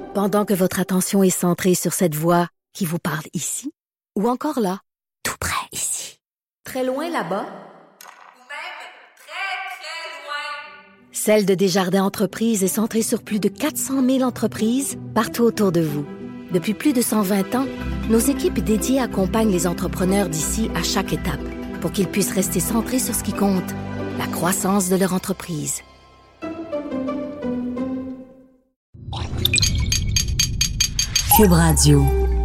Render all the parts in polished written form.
Pendant que votre attention est centrée sur cette voix qui vous parle ici, ou encore là, tout près ici, très loin là-bas, ou même très, très loin, Celle de Desjardins Entreprises est centrée sur plus de 400 000 entreprises partout autour de vous. Depuis plus de 120 ans, nos équipes dédiées accompagnent les entrepreneurs d'ici à chaque étape pour qu'ils puissent rester centrés sur ce qui compte, la croissance de leur entreprise. Cube Radio.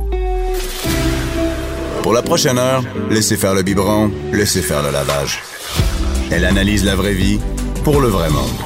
Pour la prochaine heure, laissez faire le biberon, laissez faire le lavage. Elle analyse la vraie vie pour le vrai monde.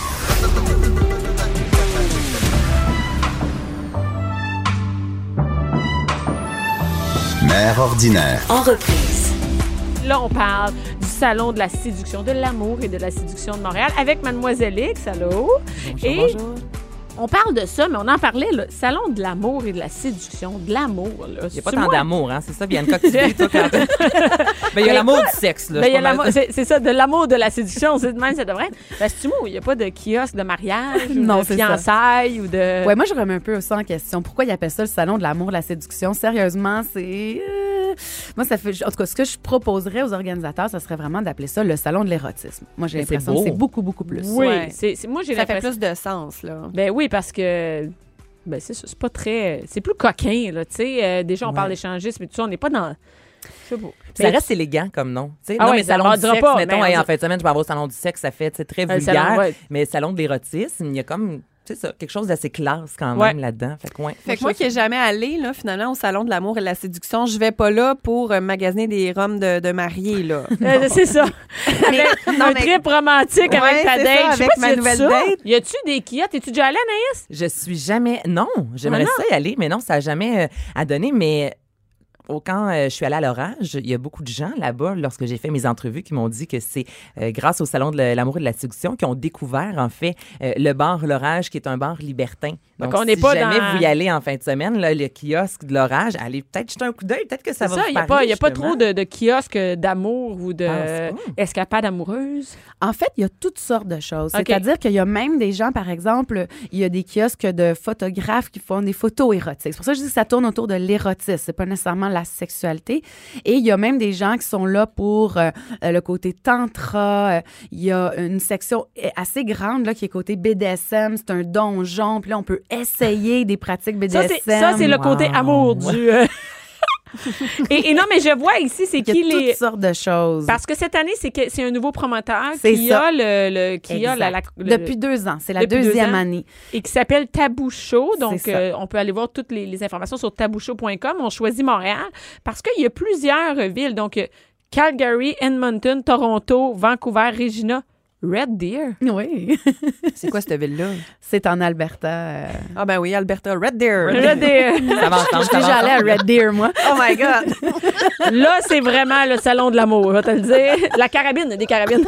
Mère ordinaire. En reprise. Là, on parle du Salon de la séduction, de l'amour et de la séduction de Montréal avec Mademoiselle X. Allô? Bonjour. On parle de ça, mais on en parlait, là. Salon de l'amour et de la séduction. De l'amour, là. Il n'y a pas tant d'amour, hein? C'est ça, Bianca, que tu dis, toi, quand ben, il y a l'amour du sexe, là. Ben, c'est ça, de l'amour, de la séduction. C'est de même, ça devrait être. Ben, c'est-tu moi, il n'y a pas de kiosque de mariage ou non, de fiançailles ou de... Ouais, moi, je remets un peu ça en question. Pourquoi ils appellent ça le Salon de l'amour, de la séduction? Sérieusement, c'est... Moi, ça fait... En tout cas, ce que je proposerais aux organisateurs, ça serait vraiment d'appeler ça le Salon de l'érotisme. Moi, j'ai l'impression que c'est beaucoup, beaucoup plus. Oui, ouais. Moi, j'ai ça fait l'impression... plus de sens, là. Ben oui, parce que... Ben c'est ça, c'est pas très... C'est plus coquin, là, tu sais. Déjà, on parle d'échangisme et tout ça, on n'est pas dans... Je sais pas. Ça reste élégant comme nom. T'sais. Ah non, ouais, mais salon du sexe, pas, mettons, mais en fin de semaine, je vais avoir au salon du sexe, ça fait très vulgaire. Salon, ouais. Mais salon de l'érotisme, il y a comme... C'est ça, quelque chose d'assez classe quand même là-dedans. Fait que moi qui n'ai jamais allé, là, finalement, au Salon de l'amour et de la séduction, je vais pas là pour magasiner des rhums de mariés, là. C'est ça. Un trip romantique avec ta date. Ça, avec ma nouvelle date. Y a-tu des kiosques? Es-tu déjà allée, Anaïs? Je suis jamais... Non, j'aimerais ça y aller, mais non, ça n'a jamais à donner, mais... Quand je suis allée à l'Orage, il y a beaucoup de gens là-bas, lorsque j'ai fait mes entrevues, qui m'ont dit que c'est grâce au Salon de l'amour et de la séduction qu'ils ont découvert, en fait, le bar L'Orage, qui est un bar libertin. Donc on n'est pas jamais vous y allez en fin de semaine, là, le kiosque de l'Orage, allez peut-être jeter un coup d'œil, peut-être que ça va vous parler. Il n'y a pas trop de kiosques d'amour ou d'escapades amoureuses? En fait, il y a toutes sortes de choses. Okay. C'est-à-dire qu'il y a même des gens, par exemple, il y a des kiosques de photographes qui font des photos érotiques. C'est pour ça que je dis que ça tourne autour de l'érotisme. C'est pas nécessairement la sexualité. Et il y a même des gens qui sont là pour le côté tantra. Il y a une section assez grande là, qui est côté BDSM. C'est un donjon. Puis là, on peut essayer des pratiques BDSM. Ça, c'est le côté amour du... et non, mais je vois ici, c'est qui les... Il y a toutes sortes de choses. Parce que cette année, c'est un nouveau promoteur qui a Depuis 2 ans. C'est la deuxième année. Et qui s'appelle Tabou Show. Donc, on peut aller voir toutes les informations sur taboushow.com. On choisit Montréal parce qu'il y a plusieurs villes. Donc, Calgary, Edmonton, Toronto, Vancouver, Regina. Red Deer? Oui. C'est quoi cette ville-là? C'est en Alberta. Ah ben oui, Alberta. Red Deer. Red Deer. Ça va ensemble. Je suis déjà allée à Red Deer, moi. Oh my God! Là, c'est vraiment le salon de l'amour, je vais te le dire. La carabine, des carabines.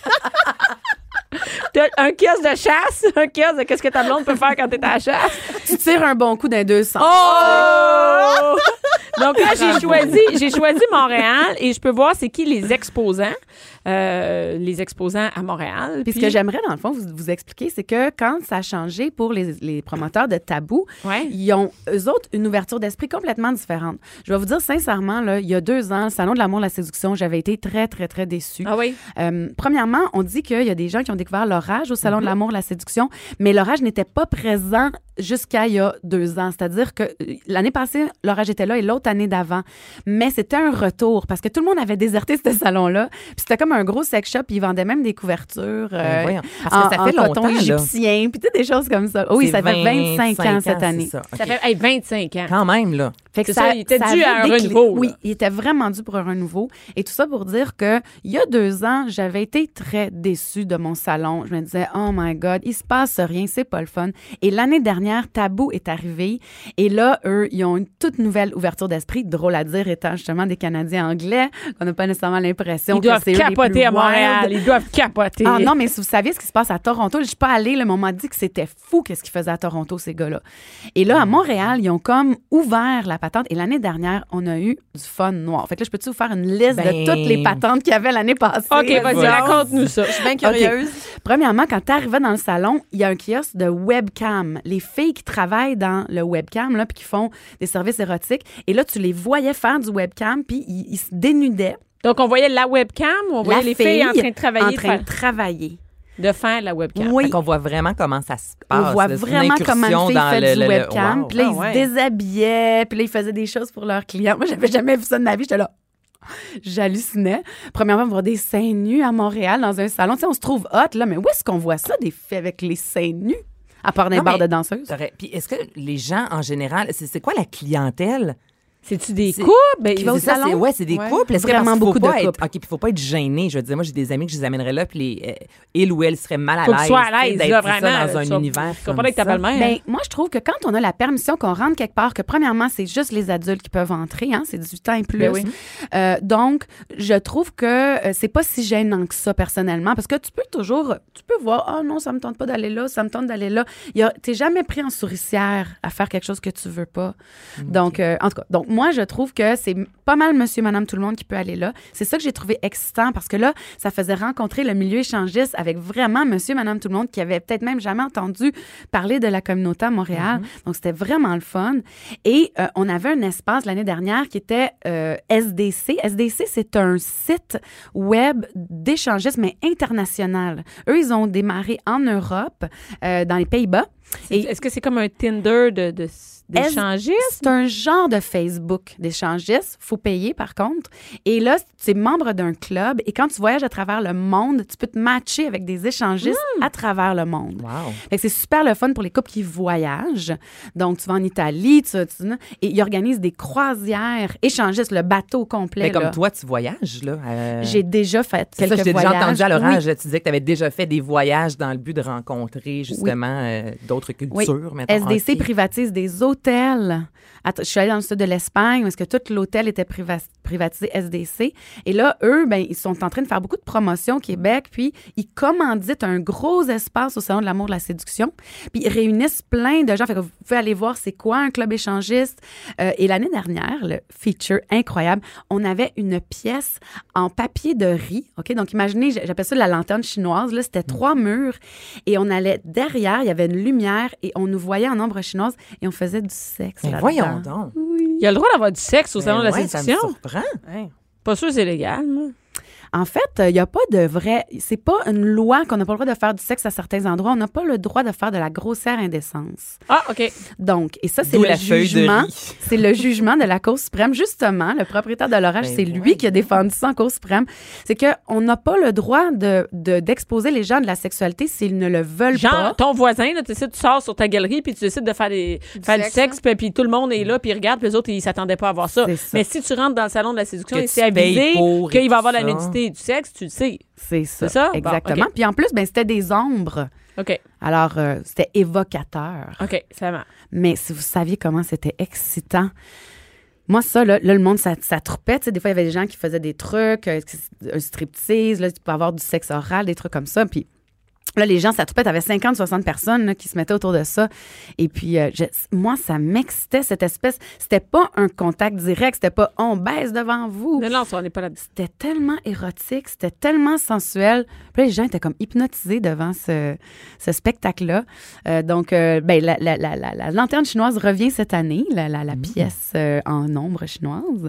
T'as un kiosque de chasse, un kiosque de qu'est-ce que ta blonde peut faire quand t'es à la chasse. Tu tires un bon coup d'un 200. Oh! Donc là, j'ai choisi Montréal et je peux voir c'est qui les exposants à Montréal. Puis ce que j'aimerais, dans le fond, vous expliquer, c'est que quand ça a changé pour les promoteurs de Tabou, ils ont, eux autres, une ouverture d'esprit complètement différente. Je vais vous dire sincèrement, là, il y a 2 ans, le Salon de l'amour et de la séduction, j'avais été très, très, très déçue. Ah oui? Premièrement, on dit qu'il y a des gens qui ont découvert l'Orage au Salon de l'amour et de la séduction, mais l'Orage n'était pas présent jusqu'à il y a 2 ans. C'est-à-dire que l'année passée, l'Orage était là et l'autre année d'avant. Mais c'était un retour parce que tout le monde avait déserté ce salon-là. Puis c'était comme un gros sex shop. Ils vendaient même des couvertures parce que ça fait longtemps, égyptien, puis des choses comme ça. Oui, ça fait 25 ans cette année. Ça fait 25 ans. Quand même, là. Fait que il était dû à un renouveau. Oui, il était vraiment dû pour un renouveau. Et tout ça pour dire que il y a 2 ans, j'avais été très déçue de mon salon. Je me disais, oh my God, il se passe rien, c'est pas le fun. Et l'année dernière, Tabou est arrivé. Et là, eux, ils ont une toute nouvelle ouverture d'esprit, drôle à dire, étant justement des Canadiens anglais, qu'on n'a pas nécessairement l'impression que c'est eux les plus wild. Ils doivent capoter à Montréal. Ils doivent capoter. Ah non, mais si vous saviez ce qui se passe à Toronto, je ne suis pas allée, mais on m'a dit que c'était fou qu'est-ce qu'ils faisaient à Toronto, ces gars-là. Et là, à Montréal, ils ont comme ouvert la patente. Et l'année dernière, on a eu du fun noir. Fait que là, je peux-tu vous faire une liste de toutes les patentes qu'il y avait l'année passée? OK, vas-y, raconte-nous ça. Je suis bien curieuse. Okay. Premièrement, quand tu arrivais dans le salon, il y a un kiosque de webcam. Les filles qui travaillent dans le webcam, là, puis qui font des services érotiques. Et là, tu les voyais faire du webcam, puis ils se dénudaient. Donc, on voyait la webcam ou on voyait les filles en train de travailler? De faire la webcam. Oui. Fait qu'on voit vraiment comment ça se passe. On voit vraiment comment une fille fait du webcam. Wow. Puis là, ils se déshabillaient. Puis là, ils faisaient des choses pour leurs clients. Moi, j'avais jamais vu ça de ma vie. J'étais là. J'hallucinais. Premièrement, voir des seins nus à Montréal dans un salon. Tu sais, on se trouve hot, là. Mais où est-ce qu'on voit ça, des filles avec les seins nus? À part dans les bars de danseuses. Puis est-ce que les gens, en général, c'est quoi la clientèle? C'est-tu des couples? Qui va au salon? C'est des couples. Est-ce vraiment beaucoup de couples. OK, puis il ne faut pas être gêné. Je veux dire, moi, j'ai des amis que je les amènerais là, puis il ou elle serait mal à Faut l'aise. que tu sois à l'aise, d'être là, vraiment. dans un univers Tu comme pas avec ta ça. belle-mère. Ben, moi, je trouve que quand on a la permission qu'on rentre quelque part, que premièrement, c'est juste les adultes qui peuvent entrer, hein, c'est 18 ans et plus. Ben oui. Donc, je trouve que c'est pas si gênant que ça, personnellement, parce que tu peux voir, oh non, ça me tente pas d'aller là, ça me tente d'aller là. T'es jamais pris en souricière à faire quelque chose que tu veux pas. Donc, en tout cas, donc moi, je trouve que c'est pas mal monsieur, madame, tout le monde qui peut aller là. C'est ça que j'ai trouvé excitant parce que là, ça faisait rencontrer le milieu échangiste avec vraiment monsieur, madame, tout le monde qui avait peut-être même jamais entendu parler de la communauté à Montréal. Donc, c'était vraiment le fun. Et on avait un espace l'année dernière qui était SDC. SDC, c'est un site web d'échangisme, mais international. Eux, ils ont démarré en Europe, dans les Pays-Bas. Est-ce que c'est comme un Tinder d'échangistes? C'est un genre de Facebook d'échangistes. Il faut payer, par contre. Et là, tu es membre d'un club et quand tu voyages à travers le monde, tu peux te matcher avec des échangistes à travers le monde. Wow. Fait que c'est super le fun pour les couples qui voyagent. Donc, tu vas en Italie, et ils organisent des croisières échangistes, le bateau complet. Mais comme là. toi, tu voyages, là. J'ai déjà fait quelques je t'ai voyages. déjà entendu à l'orage. Oui. Tu disais que tu avais déjà fait des voyages dans le but de rencontrer, justement, d'autres cultures. Oui. Mettons. SDC OK. privatise des hôtels. Je suis allée dans le sud de l'Espagne parce que tout l'hôtel était privatisé SDC. Et là, eux, ben, ils sont en train de faire beaucoup de promotions au Québec. Puis, ils commanditent un gros espace au Salon de l'amour de la séduction. Puis, ils réunissent plein de gens. Fait que vous pouvez aller voir c'est quoi un club échangiste. Et l'année dernière, le feature incroyable, on avait une pièce en papier de riz. OK? Donc, imaginez, j'appelle ça la lanterne chinoise. Là, c'était 3 murs. Et on allait derrière, il y avait une lumière et on nous voyait en ombre chinoise et on faisait du sexe. Mais là-dedans. voyons donc. Il y a le droit d'avoir du sexe au salon de la Ouais, ça me séduction. surprend. Pas sûr que c'est légal, moi. En fait, il n'y a pas de vrai... C'est pas une loi qu'on n'a pas le droit de faire du sexe à certains endroits. On n'a pas le droit de faire de la grossière indécence. Ah, OK. Donc, et ça, c'est D'où le la feuille de jugement. riz. C'est le jugement de la Cour suprême. Justement, le propriétaire de l'orage, Ben c'est lui qui a défendu ça en Cour suprême. C'est qu'on n'a pas le droit d'exposer les gens de la sexualité s'ils ne le veulent Genre, pas. ton voisin, là, tu sors sur ta galerie puis tu décides de faire du sexe, puis tout le monde est là, puis il regarde, puis les autres, ils s'attendaient pas à voir ça. C'est ça. Mais si tu rentres dans le salon de la séduction Que et tu c'est avisé payes pour et qu'il va y avoir tout la ça. nudité et du sexe, tu le sais. C'est ça. C'est ça? Bon, Exactement. OK. Puis en plus, ben, c'était des ombres. OK. Alors, c'était évocateur. OK, ça va. Mais si vous saviez comment c'était excitant. Moi, ça, là le monde, ça troupait. Tu sais, des fois, il y avait des gens qui faisaient des trucs, un striptease, là, tu peux avoir du sexe oral, des trucs comme ça. Puis là, les gens, ça troupait. T'avais 50, 60 personnes là, qui se mettaient autour de ça. Et puis, moi, ça m'excitait, cette espèce. C'était pas un contact direct. C'était pas on baise devant vous. Non, on n'est pas là-dessus. C'était tellement érotique, c'était tellement sensuel. Puis là, les gens étaient comme hypnotisés devant ce spectacle-là. Donc, ben, la lanterne chinoise revient cette année, la pièce en ombre chinoise.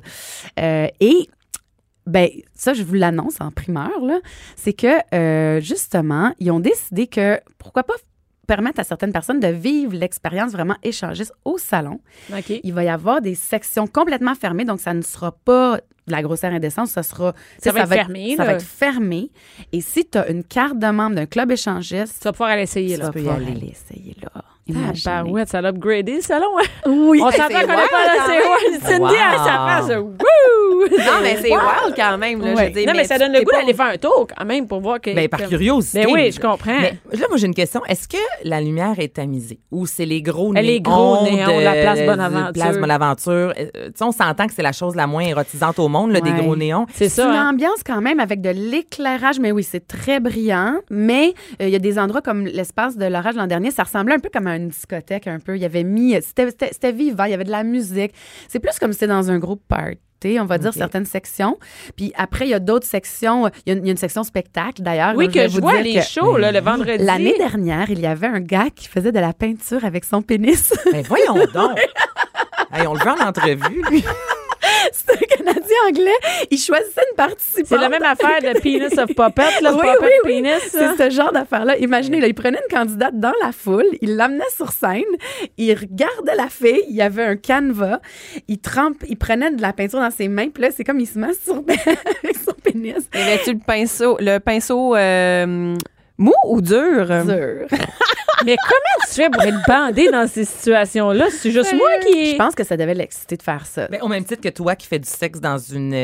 Et ben ça, je vous l'annonce en primeur, là, c'est que, justement, ils ont décidé que, pourquoi pas permettre à certaines personnes de vivre l'expérience vraiment échangiste au salon. OK. Il va y avoir des sections complètement fermées, donc ça ne sera pas de la grossière indécence, ça sera... Ça va être fermé, Ça là. va être fermé. Et si tu as une carte de membre d'un club échangiste, Tu vas pouvoir aller essayer, tu là. vas pouvoir aller essayer, là. Imaginez. Barouette, ça l'a upgradé, le salon. Hein? Oui. On s'entend qu'on n'est pas là. C'est Cindy à sa face. Wouh! Non, mais c'est wild quand même. Là, je veux dire, non, mais ça donne le goût d'aller faire un tour quand même pour voir que... Ben, par curiosité. Ben oui, je comprends. Mais là, moi, j'ai une question. Est-ce que la lumière est tamisée ou c'est les gros néons? Les gros néons, la place Bonaventure. Place Bonaventure. Tu sais, on s'entend que c'est la chose la moins érotisante au monde, là, des gros néons. C'est ça. C'est une ambiance quand même avec de l'éclairage, mais oui, c'est très brillant. Mais il y a des endroits comme l'espace de l'orage l'an dernier, ça ressemblait un peu comme à une discothèque un peu. Il y avait mis... C'était vivant, il y avait de la musique. C'est plus comme si c'était dans un groupe party. On va dire certaines sections. Puis après, il y a d'autres sections. Il y a une section spectacle, d'ailleurs. Oui, que je vois les shows le vendredi. L'année dernière, il y avait un gars qui faisait de la peinture avec son pénis. Mais voyons donc! Hey, on le voit en entrevue, lui. C'est un Canadien anglais. Il choisissait une participante. C'est la même affaire de Penis of Puppet, là, oui, Puppet oui. Penis. C'est ce genre d'affaire-là. Imaginez, là, il prenait une candidate dans la foule, il l'amenait sur scène, il regardait la fille, il y avait un canevas, il prenait de la peinture dans ses mains, puis là, c'est comme il se masturbait avec son pénis. Y avait-tu le pinceau mou ou dur? Dur. Mais comment tu fais pour être bandé dans ces situations-là? C'est juste moi qui... Je pense que ça devait l'exciter de faire ça. Mais au même titre que toi qui fais du sexe dans une...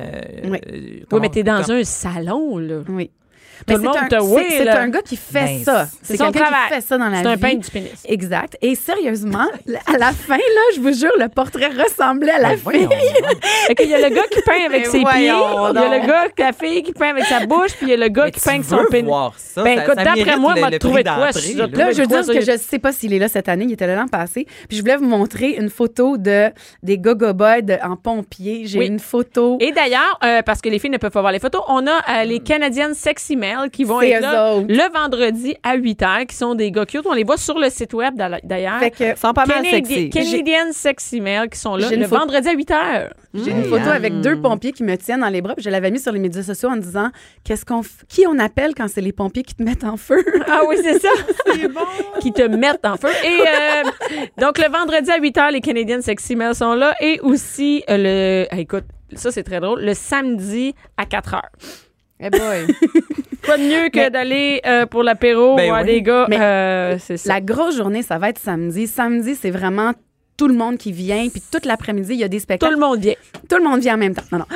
Oui. Oui, mais t'es dans un salon, là. Oui. Tout le monde te voit, c'est là. un gars qui fait ça. C'est son quelqu'un travail. qui fait ça dans la vie. C'est un peintre du pénis. Exact. Et sérieusement, à la fin, là, je vous jure, le portrait ressemblait à la fille. Fait qu'il y a le gars qui peint avec ses pieds, il y voyons a le gars, la fille qui peint avec sa bouche, puis il y a le gars qui peint avec son pénis. Voir ça. Ben Ça- écoute, ça d'après mérite moi, le m'a trouvé de prix quoi. d'entrée, Là, Là, je veux dire que je sais pas s'il est là cette année. Il était là l'an passé. Puis je voulais vous montrer une photo des Go-Go Boys en pompier. J'ai une photo. Et d'ailleurs, parce que les filles ne peuvent pas voir les photos, on a les Canadiennes Sexy Male qui vont C'est être eux là autres. le vendredi à 8h, qui sont des gars cute. On les voit sur le site web d'ailleurs. Fait que Ils sont pas mal sexy. Canadian Sexy Male qui sont là J'ai une le photo- vendredi à 8h. j'ai une photo avec 2 pompiers qui me tiennent dans les bras. Puis je l'avais mis sur les médias sociaux en disant qui on appelle quand c'est les pompiers qui te mettent en feu. Ah oui, c'est ça. C'est bon. Qui te mettent en feu. Et donc, le vendredi à 8h, les Canadian Sexy Male sont là. Et aussi, écoute, ça, c'est très drôle, le samedi à 4h. Eh boy. Quoi de mieux que d'aller pour l'apéro Ben voir oui. des gars. Mais c'est ça. La grosse journée, ça va être samedi. Samedi, c'est vraiment tout le monde qui vient. Puis toute l'après-midi, il y a des Tout spectacles. le monde vient. Tout le monde vient en même temps. Non.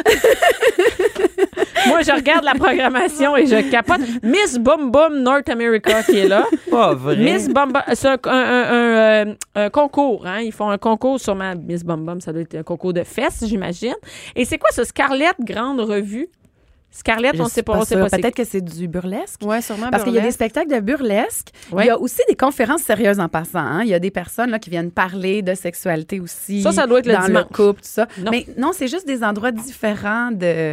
Moi, je regarde la programmation et je capote. Miss Bum Bum North America qui est là. Pas vrai. Miss Bum Bum, c'est un concours. Hein? Ils font un concours, sûrement Miss Bum Bum, ça doit être un concours de fesses, j'imagine. Et c'est quoi ça? Scarlett Grande Revue? Scarlett, on ne sait pas. sûre. Peut-être que c'est du burlesque. Oui, sûrement. Parce qu'il y a des spectacles de burlesque. Ouais. Il y a aussi des conférences sérieuses en passant. Hein. Il y a des personnes là, qui viennent parler de sexualité aussi. Ça doit être le dans dimanche. le couple, tout ça. Non. Mais non, c'est juste des endroits différents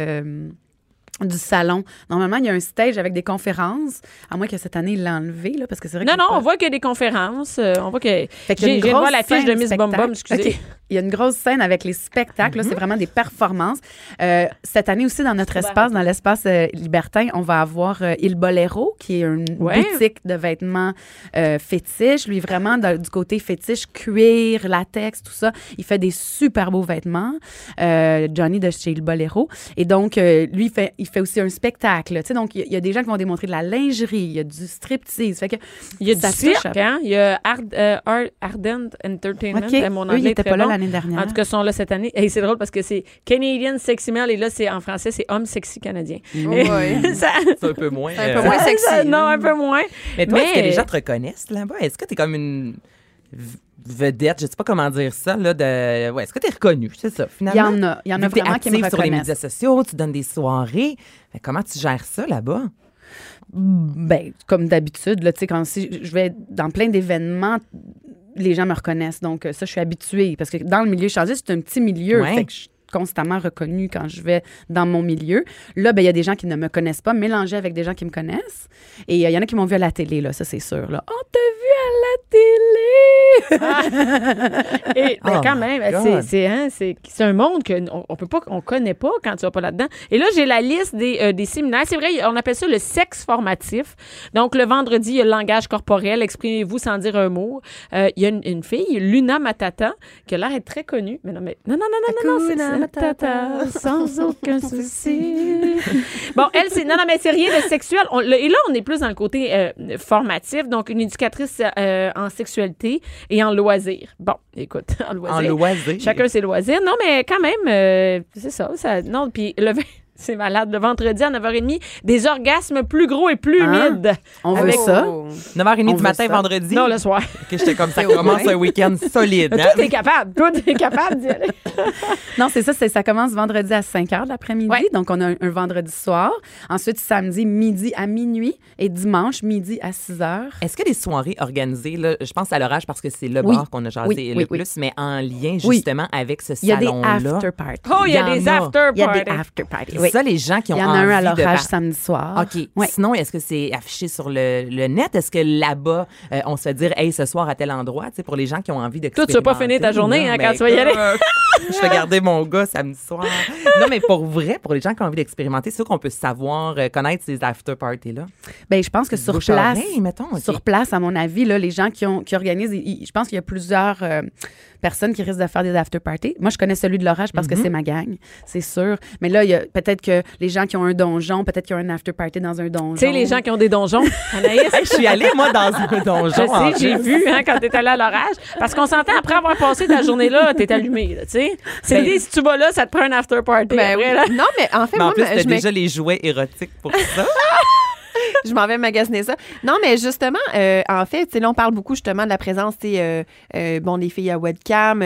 du salon. Normalement, il y a un stage avec des conférences, à moins que cette année, il l'a enlevé, là, parce que c'est vrai Non, qu'il non, est pas- on voit qu'il y a des conférences. On voit que... Fait qu'il y a J'ai une je viens de voir grosse la fiche de scène Miss Bum spectacle. Bum, excusez. OK. Il y a une grosse scène avec les spectacles. Là, c'est vraiment des performances. Cette année aussi, dans notre espace, dans l'espace libertin, on va avoir Il Bolero, qui est une boutique de vêtements fétiches. Lui, vraiment, du côté fétiche, cuir, latex, tout ça. Il fait des super beaux vêtements. Johnny de chez Il Bolero. Et donc, lui, il fait aussi un spectacle. Tu sais, donc, il y a des gens qui vont démontrer de la lingerie. Il y a du striptease. Fait que il y a du ça cirque, touche hein? Il y a Ardent Entertainment. OK. Mon Eux, anglais ils est n'étaient très pas là bon. l'année dernière. En tout cas, ils sont là cette année. Et c'est drôle parce que c'est Canadian Sexy Male et là, c'est en français, c'est Homme Sexy Canadien. Oui. Ça- C'est un peu moins. Un peu moins sexy. non, un peu moins. Mais toi, est-ce que les gens te reconnaissent là-bas? Est-ce que t'es comme une vedette, je sais pas comment dire ça, là, est-ce que t'es reconnue, c'est ça, finalement? Il y en a Vu que t'es vraiment qui me active sur les reconnaissent. médias sociaux, tu donnes des soirées. Mais comment tu gères ça là-bas? Ben, comme d'habitude, là, tu sais, quand je vais dans plein d'événements, les gens me reconnaissent. Donc, ça, je suis habituée. Parce que dans le milieu changé, c'est un petit milieu. Ouais. Fait que je suis constamment reconnue quand je vais dans mon milieu. Là, ben, il y a des gens qui ne me connaissent pas, mélangés avec des gens qui me connaissent. Et il y en a qui m'ont vu à la télé, là, ça, c'est sûr. Là. On t'a vu à la télé! Et ben, Oh quand my même, God. c'est un monde qu'on connaît pas quand tu vas pas là-dedans. Et là, j'ai la liste des séminaires. C'est vrai, on appelle ça le sexe formatif. Donc, le vendredi, il y a le langage corporel. Exprimez-vous sans dire un mot. Il y a une fille, Luna Matata, qui a l'air d'être très connue. Mais non, Hakuna Matata, sans aucun souci. Bon, elle, c'est rien de sexuel. Et là, on est plus dans le côté formatif. Donc, une éducatrice en sexualité. et en loisirs. Bon, écoute, en loisirs. En loisirs. Chacun ses loisirs. Non, mais quand même, c'est ça. Non, puis c'est malade. Le vendredi à 9h30, des orgasmes plus gros et plus humides. On veut ça. 9h30 du matin, vendredi. Non, le soir. Que j'étais comme ça commence un week-end solide. Toi, t'es capable. Toi, t'es capable d'y aller. Non, c'est ça. Ça commence vendredi à 5h de l'après-midi. Ouais. Donc, on a un vendredi soir. Ensuite, samedi, midi à minuit. Et dimanche, midi à 6h. Est-ce que les soirées organisées, là, je pense à l'orage parce que c'est le Oui. bar qu'on a jasé le plus, mais en lien Oui. justement avec ce Il y a des salon-là? after-parties. Oh, il y a des after Il y a des parties. after-parties. C'est ça, les gens qui ont Il y en envie a un à de l'orage samedi soir. OK. Ouais. Sinon, est-ce que c'est affiché sur le net? Est-ce que là-bas, on se fait dire, hey, ce soir à tel endroit, tu sais, pour les gens qui ont envie Toi, d'expérimenter? tu vas pas finir ta journée quand tu vas y aller. Je vais garder mon gars samedi soir. Non, mais pour vrai, pour les gens qui ont envie d'expérimenter, c'est sûr qu'on peut savoir, connaître ces after-parties-là. Bien, je pense que sur place, Bouche-oreille, mettons. OK. sur place, à mon avis, là, les gens qui organisent, je pense qu'il y a plusieurs personnes qui risquent de faire des after-parties. Moi, je connais celui de l'orage parce que c'est ma gang, c'est sûr. Mais là, il y a peut-être que les gens qui ont un donjon, peut-être qu'il y a un after-party dans un donjon. Tu sais, les gens qui ont des donjons, Anaïs. Hey, je suis allée, moi, dans un donjon. Je sais, j'ai vu quand t'es allé à l'orage. Parce qu'on s'entend, après avoir passé ta journée là, t'es allumé, là, tu sais. C'est dit, si tu vas là, ça te prend un after party. Ben après, oui. là. Non, mais en fait, Mais en moi, plus, t'as je déjà les jouets érotiques pour ça. je m'en vais magasiner ça. Non, mais justement, en fait, tu sais, là, on parle beaucoup justement de la présence, tu sais, bon, les filles à webcam,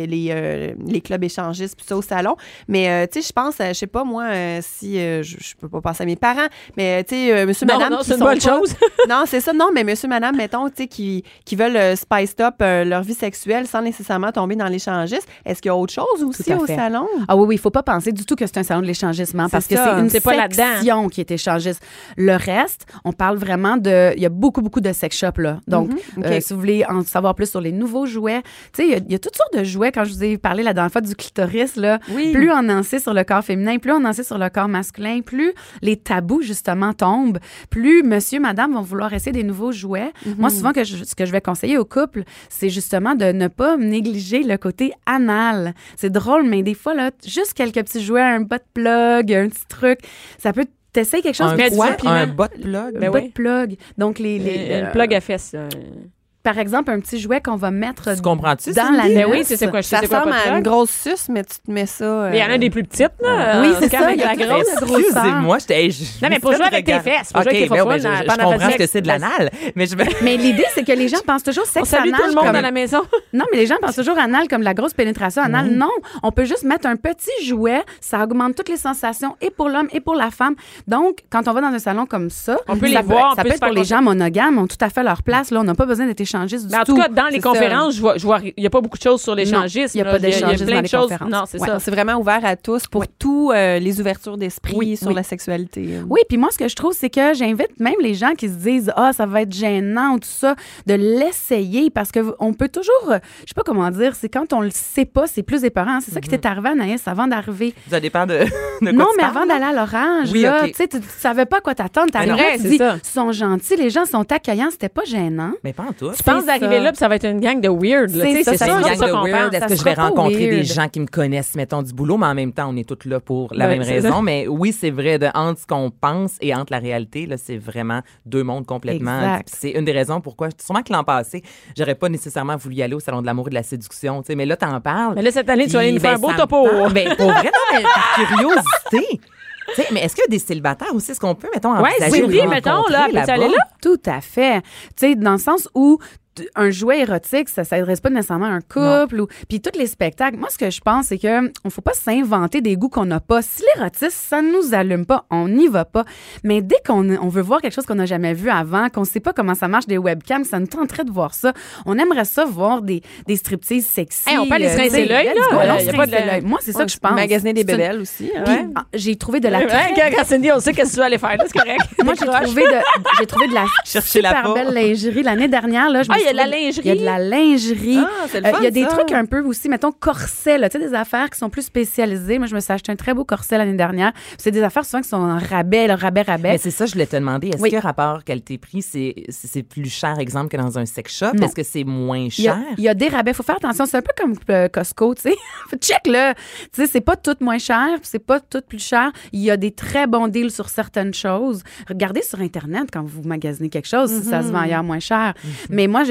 les clubs échangistes, puis ça au salon. Mais, tu sais, je pense, je sais pas, moi, si je peux pas penser à mes parents, mais, tu sais, monsieur, madame. Non, qui c'est une sont bonne pas- chose. Non, c'est ça. Non, mais monsieur, madame, mettons, tu sais, qui veulent spice up leur vie sexuelle sans nécessairement tomber dans l'échangiste. Est-ce qu'il y a autre chose aussi Tout à au fait. salon? Ah oui, il faut pas penser du tout que c'est un salon de l'échangisme parce que ça. c'est une C'est pas là-dedans. section qui est échangiste. Le reste, on parle vraiment de... Il y a beaucoup de sex shops, là. Donc, OK. si vous voulez en savoir plus sur les nouveaux jouets, tu sais, il y a toutes sortes de jouets. Quand je vous ai parlé la dernière fois du clitoris, là, Oui. plus on en sait sur le corps féminin, plus on en sait sur le corps masculin, plus les tabous, justement, tombent, plus monsieur, madame vont vouloir essayer des nouveaux jouets. Moi, souvent, ce que je vais conseiller aux couples, c'est justement de ne pas négliger le côté anal. C'est drôle, mais des fois, là, juste quelques petits jouets, un butt plug, un petit truc, ça peut t'essayer quelque chose. Un Mais quoi? du piment. Un bot plug? Ben butt oui. plug. Donc, Une plug à fesses. par exemple, un petit jouet qu'on va mettre Tu comprends-tu, dans Cindy? la Ben oui, nuque. c'est quoi. Je sais Ça c'est quoi ressemble pas de à une plug. grosse suce, mais tu te mets ça... Mais il y en a des plus petites, là. Oui, c'est Quand ça, avec il y a la quelque grosse. chose de gros. Excusez-moi, j'étais... Non, mais pour jouer avec tes fesses, pour jouer avec tes ben, faux-fous, je pendant comprends ta ce que sexe. c'est de l'anal, mais je... Mais l'idée, c'est que les gens pensent toujours On sexe salue anal tout le monde comme... à la maison. Non, mais les gens pensent toujours anal comme la grosse pénétration anale. Non, on peut juste mettre un petit jouet. Ça augmente toutes les sensations, et pour l'homme et pour la femme. Donc, quand on va dans un salon comme ça, On peut ça les voir, on ça peut peut se être pour faire les gens monogames, ont tout à fait leur place. Là, on n'a pas besoin d'être échangistes du Mais en tout. tout cas, dans les C'est ça. conférences, je vois, il n'y a pas beaucoup de choses sur l'échangisme. il y a là. pas d'échangisme plein dans de les choses. conférences. Non, c'est Ouais. ça. C'est vraiment ouvert à tous pour tous les ouvertures d'esprit Oui, sur oui. la sexualité. Oui, puis moi, ce que je trouve, c'est que j'invite même les gens qui se disent « Ah, ça va être gênant » ou tout ça, de l'essayer parce qu'on peut toujours, je sais pas comment dire, c'est quand on le sait pas, c'est plus épeurant. C'est ça qui t'est arrivé, Anaïs, avant d'arriver. Ça dépend de quoi Non, tu mais parles, avant là. d'aller à l'orange, Oui, là, OK. tu sais, tu savais pas à quoi t'attendre. vrai, T'arrives, tu c'est dis, ça. ils sont gentils, les gens sont accueillants, c'était pas gênant. Mais pas en tout. Tu penses d'arriver ça. là, puis ça va être une gang de weird. là. C'est Tu sais, ça, c'est ça ça, va une être c'est gang ça de qu'on weird. pense. Est-ce Ça que je sera vais pas rencontrer des weird. gens qui me connaissent, mettons, du boulot, mais en même temps, on est toutes là pour la Ouais, même c'est ça. raison. Mais oui, c'est vrai, entre ce qu'on pense et entre la réalité, là, c'est vraiment deux mondes complètement. Exact. C'est une des raisons pourquoi, sûrement que l'an passé, j'aurais pas nécessairement voulu y aller au Salon de l'amour et de la séduction, tu sais, mais là, t'en parles. Mais là, cette année, tu vas aller nous Puis, faire un beau ça me topo. tente. Ben, pour vrai, non, mais par curiosité. Tu sais, mais est-ce qu'il y a des célibataires aussi? Est-ce qu'on peut, mettons, Ouais, envisager Cindy, de mettons, rencontrer là, peux-tu aller là? Tout à fait. Tu sais, dans le sens où un jouet érotique, ça s'adresse pas nécessairement à un couple. Puis tous les spectacles, moi, ce que je pense, c'est que on faut pas s'inventer des goûts qu'on n'a pas. Si l'érotisme, ça nous allume pas, on n'y va pas. Mais dès qu'on veut voir quelque chose qu'on n'a jamais vu avant, qu'on sait pas comment ça marche des webcams, ça nous tenterait de voir ça. On aimerait ça voir des striptease sexy. Hey, on peut aller se rincer tu sais, l'œil, là. let's go, allons Y a se pas de- rincer l'œil. Moi, c'est ça que je pense. Magasiner des C'est une- bébelles aussi. hein. Puis, Ouais. j'ai trouvé de la Ouais, quand Cindy, on sait qu'est-ce que tu vas aller faire. là, C'est correct. Moi, j'ai trouvé de la Chercher la super peau. belle lingerie l'année dernière. Là, je me Ah, il y a suis de la trouvé- lingerie? Il y a de la lingerie. Ah, c'est le fun, Il y a des ça. trucs un peu aussi, mettons, corsets, là, tu sais, des affaires qui sont plus spécialisées. Moi, je me suis acheté un très beau corset l'année dernière. C'est des affaires souvent qui sont en rabais, le rabais. Mais c'est ça, je voulais te demander. Est-ce Oui. que rapport qualité-prix, c'est plus cher, exemple, que dans un sex shop? Non. Est-ce que c'est moins Il y, a, cher? il y a des rabais. Il faut faire attention. C'est un peu comme Costco, tu sais. Check, là. Tu sais, c'est pas tout moins cher, puis c'est pas tout plus cher. Il y a des très bons deals sur certaines choses. Regardez sur Internet quand vous magasinez quelque chose, si ça se vend ailleurs moins cher. Mais moi,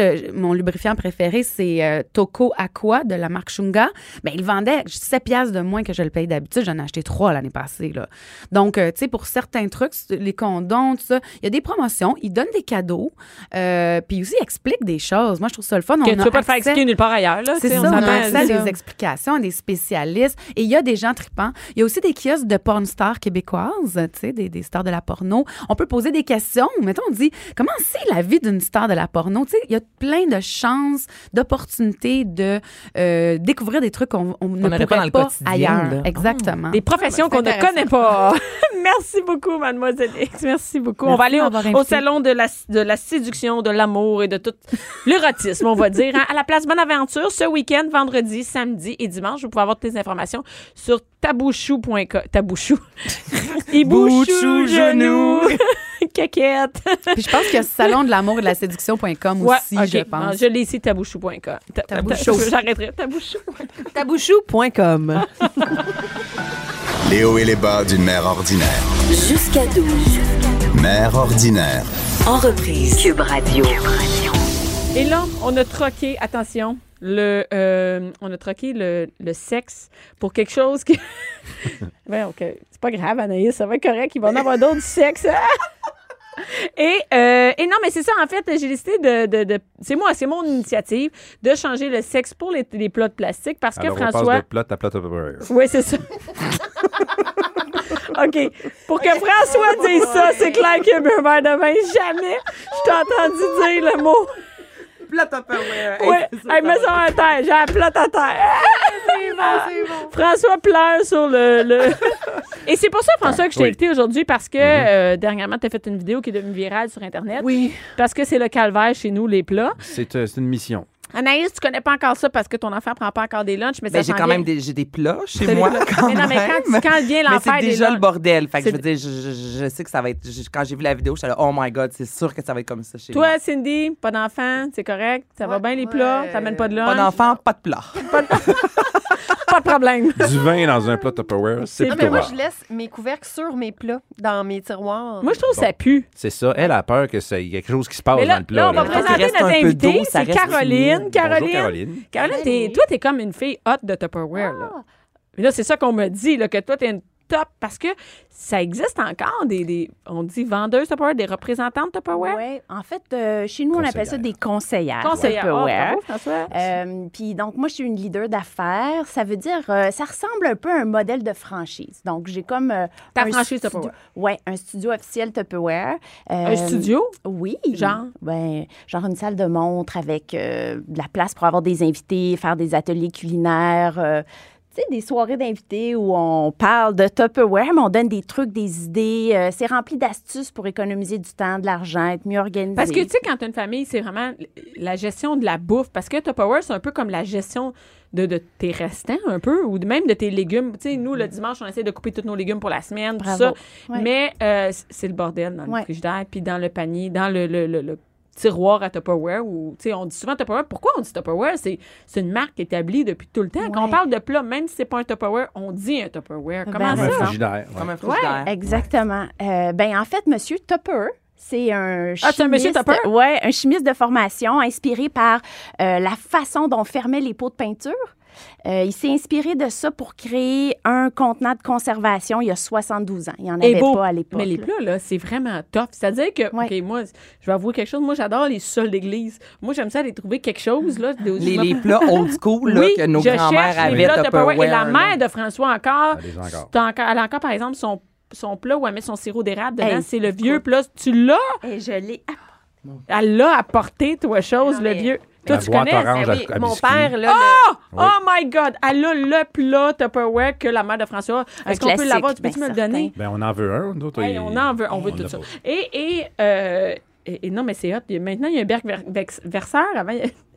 mon lubrifiant préféré, c'est Toco Aqua de la marque Shunga. Ben, il vendait 7 piastres de moins que je le paye d'habitude. J'en ai acheté 3 l'année passée, là. Donc, tu sais, pour certains trucs, les condoms, tout ça, il y a des promotions. Ils donnent des cadeaux. Puis aussi, ils expliquent des choses. Moi, je trouve ça le fun. Que tu ne peux pas te faire expliquer nulle part ailleurs, là. C'est ça, on a accès à des explications, à des spécialistes. Et il y a des gens tripants. Il y a aussi des kiosques de porn stars québécoises, tu sais, des stars de la porno. On peut poser des questions. Mettons, on dit, comment c'est la vie d'une star de la porno? Tu sais, il y a plein de chances, d'opportunités de découvrir des trucs qu'on ne pourrait pas, dans le ailleurs. Là. Exactement. Des professions qu'on ne connaît pas. Merci beaucoup, Mademoiselle X. Merci beaucoup. Merci, on va aller au salon de la séduction, de l'amour et de tout l'érotisme, on va dire. Hein? À la place Bonaventure, ce week-end, vendredi, samedi et dimanche, vous pouvez avoir toutes les informations sur tabouchou.com. Tabouchou. Ibouchou, genou. Caquette. Puis je pense qu'il y a ce salon de l'amour et de la séduction.com aussi, okay. Je pense. Non, je l'ai ici, tabouchou.com. Tabouchou. J'arrêterai. Tabouchou. Tabouchou.com. Les hauts et les bas d'une mère ordinaire. Jusqu'à 12. Mère ordinaire. En reprise. Cube Radio. Et là, on a troqué, attention, on a troqué le sexe pour quelque chose qui... Ben, okay. C'est pas grave, Anaïs, ça va être correct. Il va en avoir d'autres du sexe. Et non, mais c'est ça, en fait, j'ai décidé de c'est mon initiative de changer le sexe pour les plats de plastique parce que François... on passe de plot à plot Tupperware. Oui, c'est ça. OK. Pour que François dise ça, c'est clair qu'il y a un verre de vin. Jamais je t'ai entendu dire le mot... Plat Tupperware. Oui, hey, mets ça à terre. J'ai la plate à terre. C'est bon. François pleure sur le... Et c'est pour ça, François, que je t'ai invité aujourd'hui parce que dernièrement, tu as fait une vidéo qui est devenue virale sur Internet. Oui. Parce que c'est le calvaire chez nous, les plats. C'est une mission. Anaïs, tu connais pas encore ça parce que ton enfant prend pas encore des lunchs, mais ça j'ai quand même j'ai des plats chez moi. Mais non, mais quand vient l'enfer mais c'est des déjà lunchs, le bordel. Fait que je veux dire, je sais que ça va être... Quand j'ai vu la vidéo, j'étais là, oh my God, c'est sûr que ça va être comme ça chez moi. Toi, Cindy, pas d'enfant, c'est correct? Ça va bien les plats? T'amènes pas de lunch? Pas d'enfant, pas de plat. Pas de problème. Du vin dans un plat Tupperware, c'est plutôt mais moi, rare. je laisse mes couvercles sur mes plats dans mes tiroirs. Moi, je trouve que ça pue. C'est ça. Elle a peur qu'il y ait quelque chose qui se passe dans le plat. Là, on va présenter notre invitée. C'est Caroline. Caroline. Toi, t'es comme une fille hot de Tupperware. Là. Mais là, c'est ça qu'on me dit, là, que toi, t'es une top, parce que ça existe encore on dit vendeuses Tupperware, des représentantes Tupperware? Oui, en fait, chez nous, on appelle ça des conseillères Tupperware. Puis donc, moi, je suis une leader d'affaires. Ça veut dire, ça ressemble un peu à un modèle de franchise. Donc, j'ai comme ta franchise Tupperware? Oui, un studio officiel Tupperware. Un studio? Oui. Genre? Genre une salle de montre avec de la place pour avoir des invités, faire des ateliers culinaires, des soirées d'invités où on parle de Tupperware, mais on donne des trucs, des idées. C'est rempli d'astuces pour économiser du temps, de l'argent, être mieux organisé. Parce que, tu sais, quand tu as une famille, c'est vraiment la gestion de la bouffe. Parce que Tupperware, c'est un peu comme la gestion de tes restants, un peu, ou même de tes légumes. Tu sais, nous, le dimanche, on essaie de couper tous nos légumes pour la semaine, tout ça. Ouais. Mais c'est le bordel dans le frigidaire, puis dans le panier, dans le tiroir à Tupperware, où, tu sais, on dit souvent Tupperware. Pourquoi on dit Tupperware? C'est une marque établie depuis tout le temps. Quand on parle de plat, même si c'est pas un Tupperware, on dit un Tupperware. Comment ça? Comme un frigidaire. Comme un frigidaire. Ouais, exactement. En fait, Monsieur Tupper, c'est un chimiste. Ah, c'est un monsieur Tupper? Oui, un chimiste de formation inspiré par la façon dont on fermait les pots de peinture. Il s'est inspiré de ça pour créer un contenant de conservation il y a 72 ans. Il n'y en avait pas à l'époque. Mais les plats, là, c'est vraiment tough. C'est-à-dire que, OK, moi, je vais avouer quelque chose. Moi, j'adore les sols d'église. Moi, j'aime ça aller trouver quelque chose, là. Les plats old school, là, que nos grands-mères avaient Tupperware. Et la mère de François encore, elle a encore, par exemple, son plat où elle met son sirop d'érable dedans. C'est le vieux plat. Tu l'as? Et je l'ai. Elle l'a apporté, toi, chose, le vieux. Toi, tu connais? Mon père, là. Oh my God! Elle a le plat Tupperware que la mère de François. Est-ce qu'on peut l'avoir? Tu peux-tu me le donner? Ben, on en veut un. D'autres, on veut tout ça. Et non, mais c'est hot. Maintenant, il y a un berg verseur. Avant,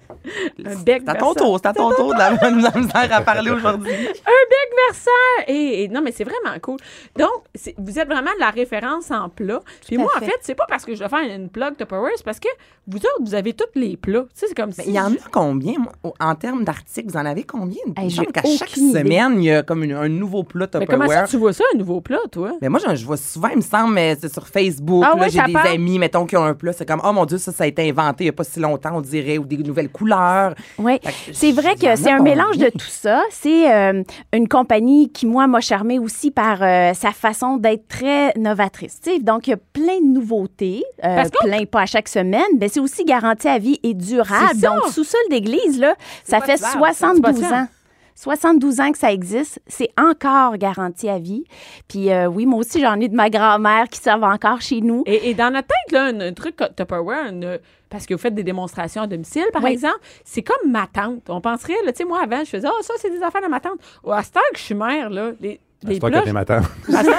Un bec C'est à ton tour de la misère à parler aujourd'hui. Un bec verseur! Et non, mais c'est vraiment cool. Donc, vous êtes vraiment la référence en plat. Puis moi, en fait, c'est pas parce que je dois faire une plug Tupperware, c'est parce que vous autres, vous avez tous les plats. Tu sais, c'est comme si... Il y en a combien, en termes d'articles? Vous en avez combien? Hey, Je pense qu'à chaque semaine, il y a comme un nouveau plat Tupperware. Mais comment ça, tu vois ça, un nouveau plat, toi? Mais moi, je vois souvent, il me semble, mais c'est sur Facebook. Ah là, ouais, j'ai des amis, mettons, qui ont un plat. C'est comme, oh mon Dieu, ça a été inventé il n'y a pas si longtemps, on dirait, ou des nouvelles couleurs. Oui, c'est vrai que c'est un mélange de tout ça. C'est une compagnie qui, moi, m'a charmée aussi par sa façon d'être très novatrice. T'sais, donc, il y a plein de nouveautés, plein pas à chaque semaine. Mais c'est aussi garanti à vie et durable. Donc, sous-sol d'église, là, ça fait 72 ans. 72 ans que ça existe, c'est encore garanti à vie. Puis oui, moi aussi, j'en ai de ma grand-mère qui servent encore chez nous. Et dans notre tête, là, un truc Tupperware, parce que vous faites des démonstrations à domicile, par exemple, c'est comme ma tante. On penserait, tu sais, moi, avant, je faisais, ça, c'est des affaires de ma tante. À cette heure que je suis mère, là, les plats... que t'es ma tante.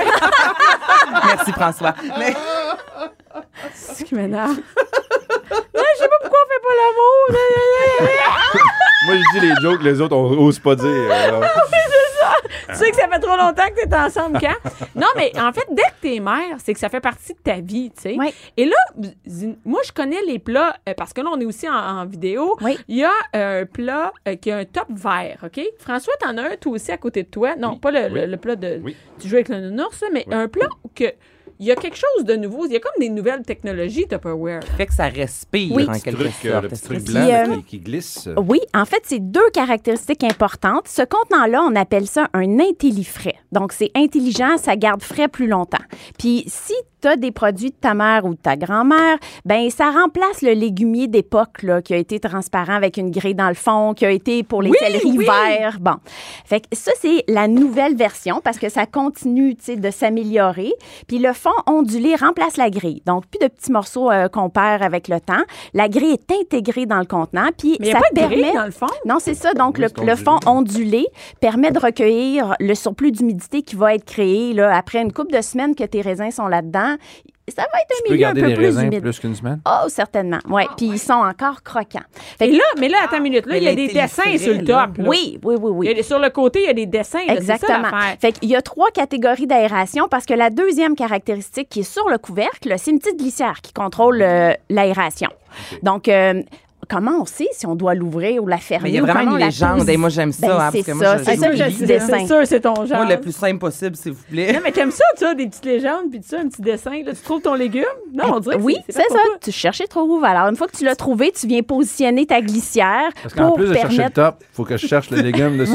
Merci, François. C'est ce qui m'énerve. Non, je sais pas pourquoi on fait pas l'amour. Moi, je dis les jokes, les autres, on n'ose pas dire. C'est ça. Tu sais que ça fait trop longtemps que t'es ensemble quand? Non, mais en fait, dès que t'es mère, c'est que ça fait partie de ta vie, tu sais. Oui. Et là, moi, je connais les plats, parce que là, on est aussi en vidéo. Oui. Il y a un plat qui a un top vert, OK? François, t'en as un, toi aussi, à côté de toi. Non, pas le plat de... Oui. Tu joues avec le nounours, mais un plat que... Il y a quelque chose de nouveau. Il y a comme des nouvelles technologies Tupperware. Fait que ça respire, en quelque sorte. Le petit truc blanc qui glisse. Oui, en fait, c'est deux caractéristiques importantes. Ce contenant-là, on appelle ça un intellifrais. Donc, c'est intelligent, ça garde frais plus longtemps. Puis, si tu as des produits de ta mère ou de ta grand-mère, ben ça remplace le légumier d'époque là, qui a été transparent avec une grille dans le fond, qui a été pour les céleris verts. Bon. Fait que ça, c'est la nouvelle version parce que ça continue, tu sais, de s'améliorer. Puis le fond ondulé remplace la grille. Donc, plus de petits morceaux qu'on perd avec le temps. La grille est intégrée dans le contenant. Puis mais ça pas de grille dans le fond? Non, c'est ça. Donc, le fond ondulé permet de recueillir le surplus d'humidité qui va être créé là, après une couple de semaines que tes raisins sont là-dedans. Ça va être un milieu un peu plus humide. Tu peux garder les raisins plus qu'une semaine? Oh, certainement. Oui, puis ils sont encore croquants. Mais là, attends une minute. Là, il y a des dessins sur le top. Là. Oui. Sur le côté, il y a des dessins. Là, exactement. C'est ça, l'affaire. Fait qu'il y a 3 catégories d'aération parce que la deuxième caractéristique qui est sur le couvercle, c'est une petite glissière qui contrôle l'aération. Okay. Donc, comment on sait si on doit l'ouvrir ou la fermer? Mais il y a vraiment une légende. Et moi, j'aime ça. Ben, c'est ça. C'est ça que je dessin. C'est sûr, c'est ton genre. Moi, le plus simple possible, s'il vous plaît. Non, mais t'aimes ça, tu as des petites légendes, puis tu as un petit dessin. Là, tu trouves ton légume? Non, on dirait que oui, c'est ça. Tu cherchais trop ouvert. Alors, une fois que tu l'as trouvé, tu viens positionner ta glissière. Parce qu'en plus de chercher le top, il faut que je cherche le légume dessus.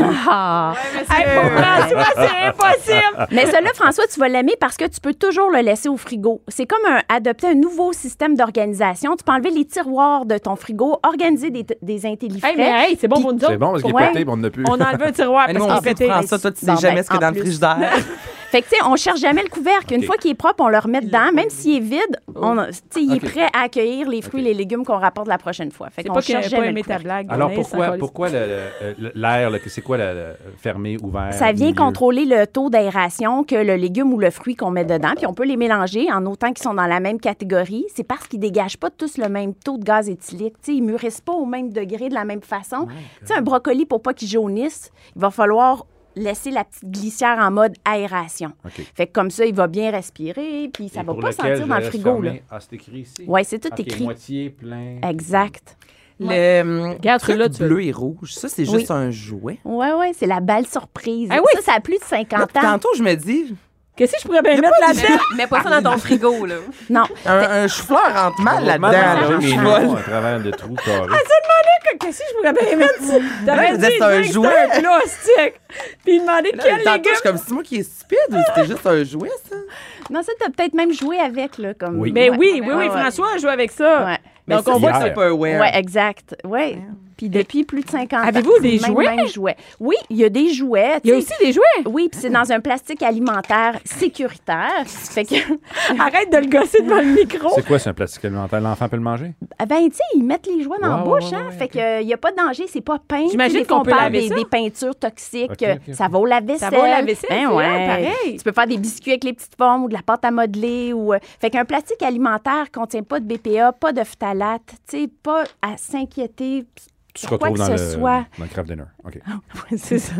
François, c'est impossible. Mais celui-là, François, tu vas l'aimer parce que tu peux toujours le laisser au frigo. C'est comme adopter un nouveau système d'organisation. Tu peux enlever les tiroirs de ton frigo, organiser des intellifrais. Hey, c'est bon pour nous autres. C'est bon parce qu'il est pété, on n'a plus. On a enlevé un tiroir parce qu'il est pété. Ça, toi, tu sais jamais ce qu'il y a dans le frigidaire. Fait que, tu sais, on cherche jamais le couvercle. Une fois qu'il est propre, on le remet dedans. Même s'il est vide, il est prêt à accueillir les fruits et les légumes qu'on rapporte la prochaine fois. Fait qu'on cherche jamais le couvercle. Blague. Alors, pourquoi l'air, c'est quoi fermé, ouvert? Ça vient contrôler le taux d'aération que le légume ou le fruit qu'on met dedans. Puis on peut les mélanger en autant qu'ils sont dans la même catégorie. C'est parce qu'ils dégagent pas tous le même taux de gaz éthylique. Tu sais, ils mûrissent pas au même degré de la même façon. Tu sais, un brocoli, pour pas qu'il jaunisse, il va falloir laisser la petite glissière en mode aération. Fait que comme ça, il va bien respirer, puis ça va pas sentir dans le frigo. Là. Ah, c'est écrit ici? Oui, c'est tout écrit. Moitié plein. Exact. Le truc bleu et rouge, ça, c'est juste un jouet? Oui, c'est la balle surprise. Ça a plus de 50 ans. Tantôt, je me dis... Qu'est-ce que je pourrais bien mettre là-dedans? Mets pas ça dans ton frigo, là. Non. Un chou-fleur rentre mal là-dedans. À travers le trou carré. Elle s'est demandé qu'est-ce que je pourrais bien mettre. T'avais dit c'est un jouet. C'était un plastique. Puis il demandait quel légume. C'est comme si moi qui est stupide ou c'était juste un jouet, ça? Non, ça, t'as peut-être même joué avec, là. Comme... Oui. Mais oui, François a joué avec ça. Ouais. Donc, on voit que c'est Tupperware. Oui, exact. Oui. Puis depuis plus de 50 ans. Avez-vous des jouets? Même jouets? Oui, il y a des jouets. Il y a aussi des jouets? Oui, puis c'est dans un plastique alimentaire sécuritaire. Fait que... Arrête de le gosser devant le micro. C'est quoi, c'est un plastique alimentaire? L'enfant peut le manger? Ben, tu sais, ils mettent les jouets dans la bouche, hein. Fait que il n'y a pas de danger, c'est pas peint. J'imagine qu'on peut laver ça. Des peintures toxiques. Ça va au lave-vaisselle. Ça va au lave-vaisselle, ben, pareil. Tu peux faire des biscuits avec les petites pommes ou de la pâte à modeler. Fait qu'un plastique alimentaire contient pas de BPA, pas de phtalate, tu sais, pas à s'inquiéter. Tout se Quoi retrouve que dans ce soit. dans le craft dinner. OK. C'est ça.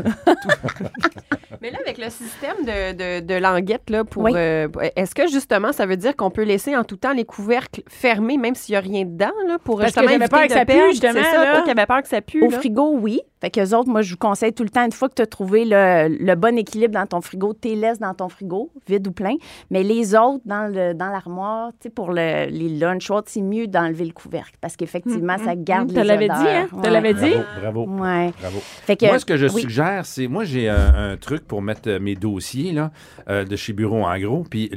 Mais là, avec le système de languettes, là, Oui. est-ce que justement, ça veut dire qu'on peut laisser en tout temps les couvercles fermés, même s'il n'y a rien dedans, là, pour Parce que justement j'avais peur éviter que ça de perdre? pue, justement, C'est ça, là. toi qui avais peur que ça pue. Au là. frigo, oui. Fait qu'eux autres, moi, je vous conseille tout le temps, une fois que tu as trouvé le bon équilibre dans ton frigo, tu les laisses dans ton frigo, vide ou plein. Mais les autres, dans l'armoire, tu sais, pour les lunch autres, c'est mieux d'enlever le couvercle parce qu'effectivement, ça garde Tu les l'avais dit, odeurs. hein? Tu l'avais dit? Bravo. Ouais. Bravo. Fait que, Moi, ce que je oui. suggère, c'est... Moi, j'ai un truc pour mettre mes dossiers là, de chez Bureau en gros, puis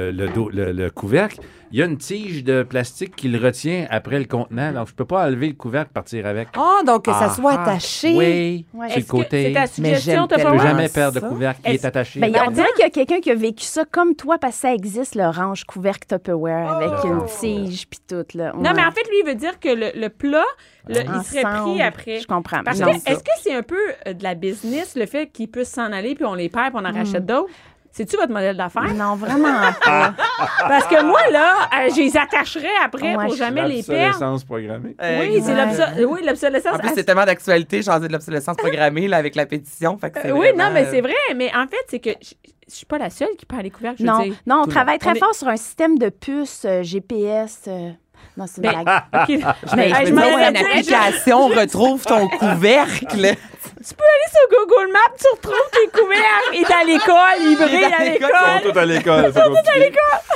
le couvercle, il y a une tige de plastique qui le retient après le contenant, donc je peux pas enlever le couvercle et partir avec. Ah, donc que ça soit Ah, attaché. Oui, Ouais. sur le Est-ce que côté. c'est ta Mais suggestion, j'aime Je peux tellement jamais perdre de ça. couvercle qui est attaché. Ben, on Attends. dirait qu'il y a quelqu'un qui a vécu ça comme toi parce que ça existe, le range couvercle Tupperware avec une tige puis tout. Là. Non, mais en fait, lui, il veut dire que le plat, il serait Ensemble, pris après. Je comprends. Parce Non, que, ça. est-ce que c'est un peu de la business, le fait qu'ils puissent s'en aller, puis on les perd, puis on en rachète d'autres? C'est-tu votre modèle d'affaires? Non, vraiment pas. Parce que moi, là, je les attacherais après Ouais, pour je- jamais les perdre. L'obsolescence programmée. Oui, c'est l'obsolescence. En plus, c'est tellement d'actualité, j'en ai de l'obsolescence programmée là, avec la pétition. Fait que c'est Oui, vraiment, non, mais c'est vrai. Mais en fait, c'est que je suis pas la seule qui perd les couvercles, je veux Non, dire. non, on Tout le travaille monde. très On est- fort sur un système de puces GPS. Non, c'est une Ben, blague. OK. Mais Hey, je je me m'en dis, allais une dire, application retrouve ton couvercle. Tu peux aller sur Google Maps, tu retrouves tes couvercles. Et dans l'école, ils brillent à Ils l'école. sont tous à l'école. c'est compliqué.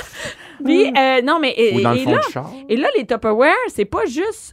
Puis, non, mais Ou dans le et fond là, du char. et là, les Tupperware, c'est pas juste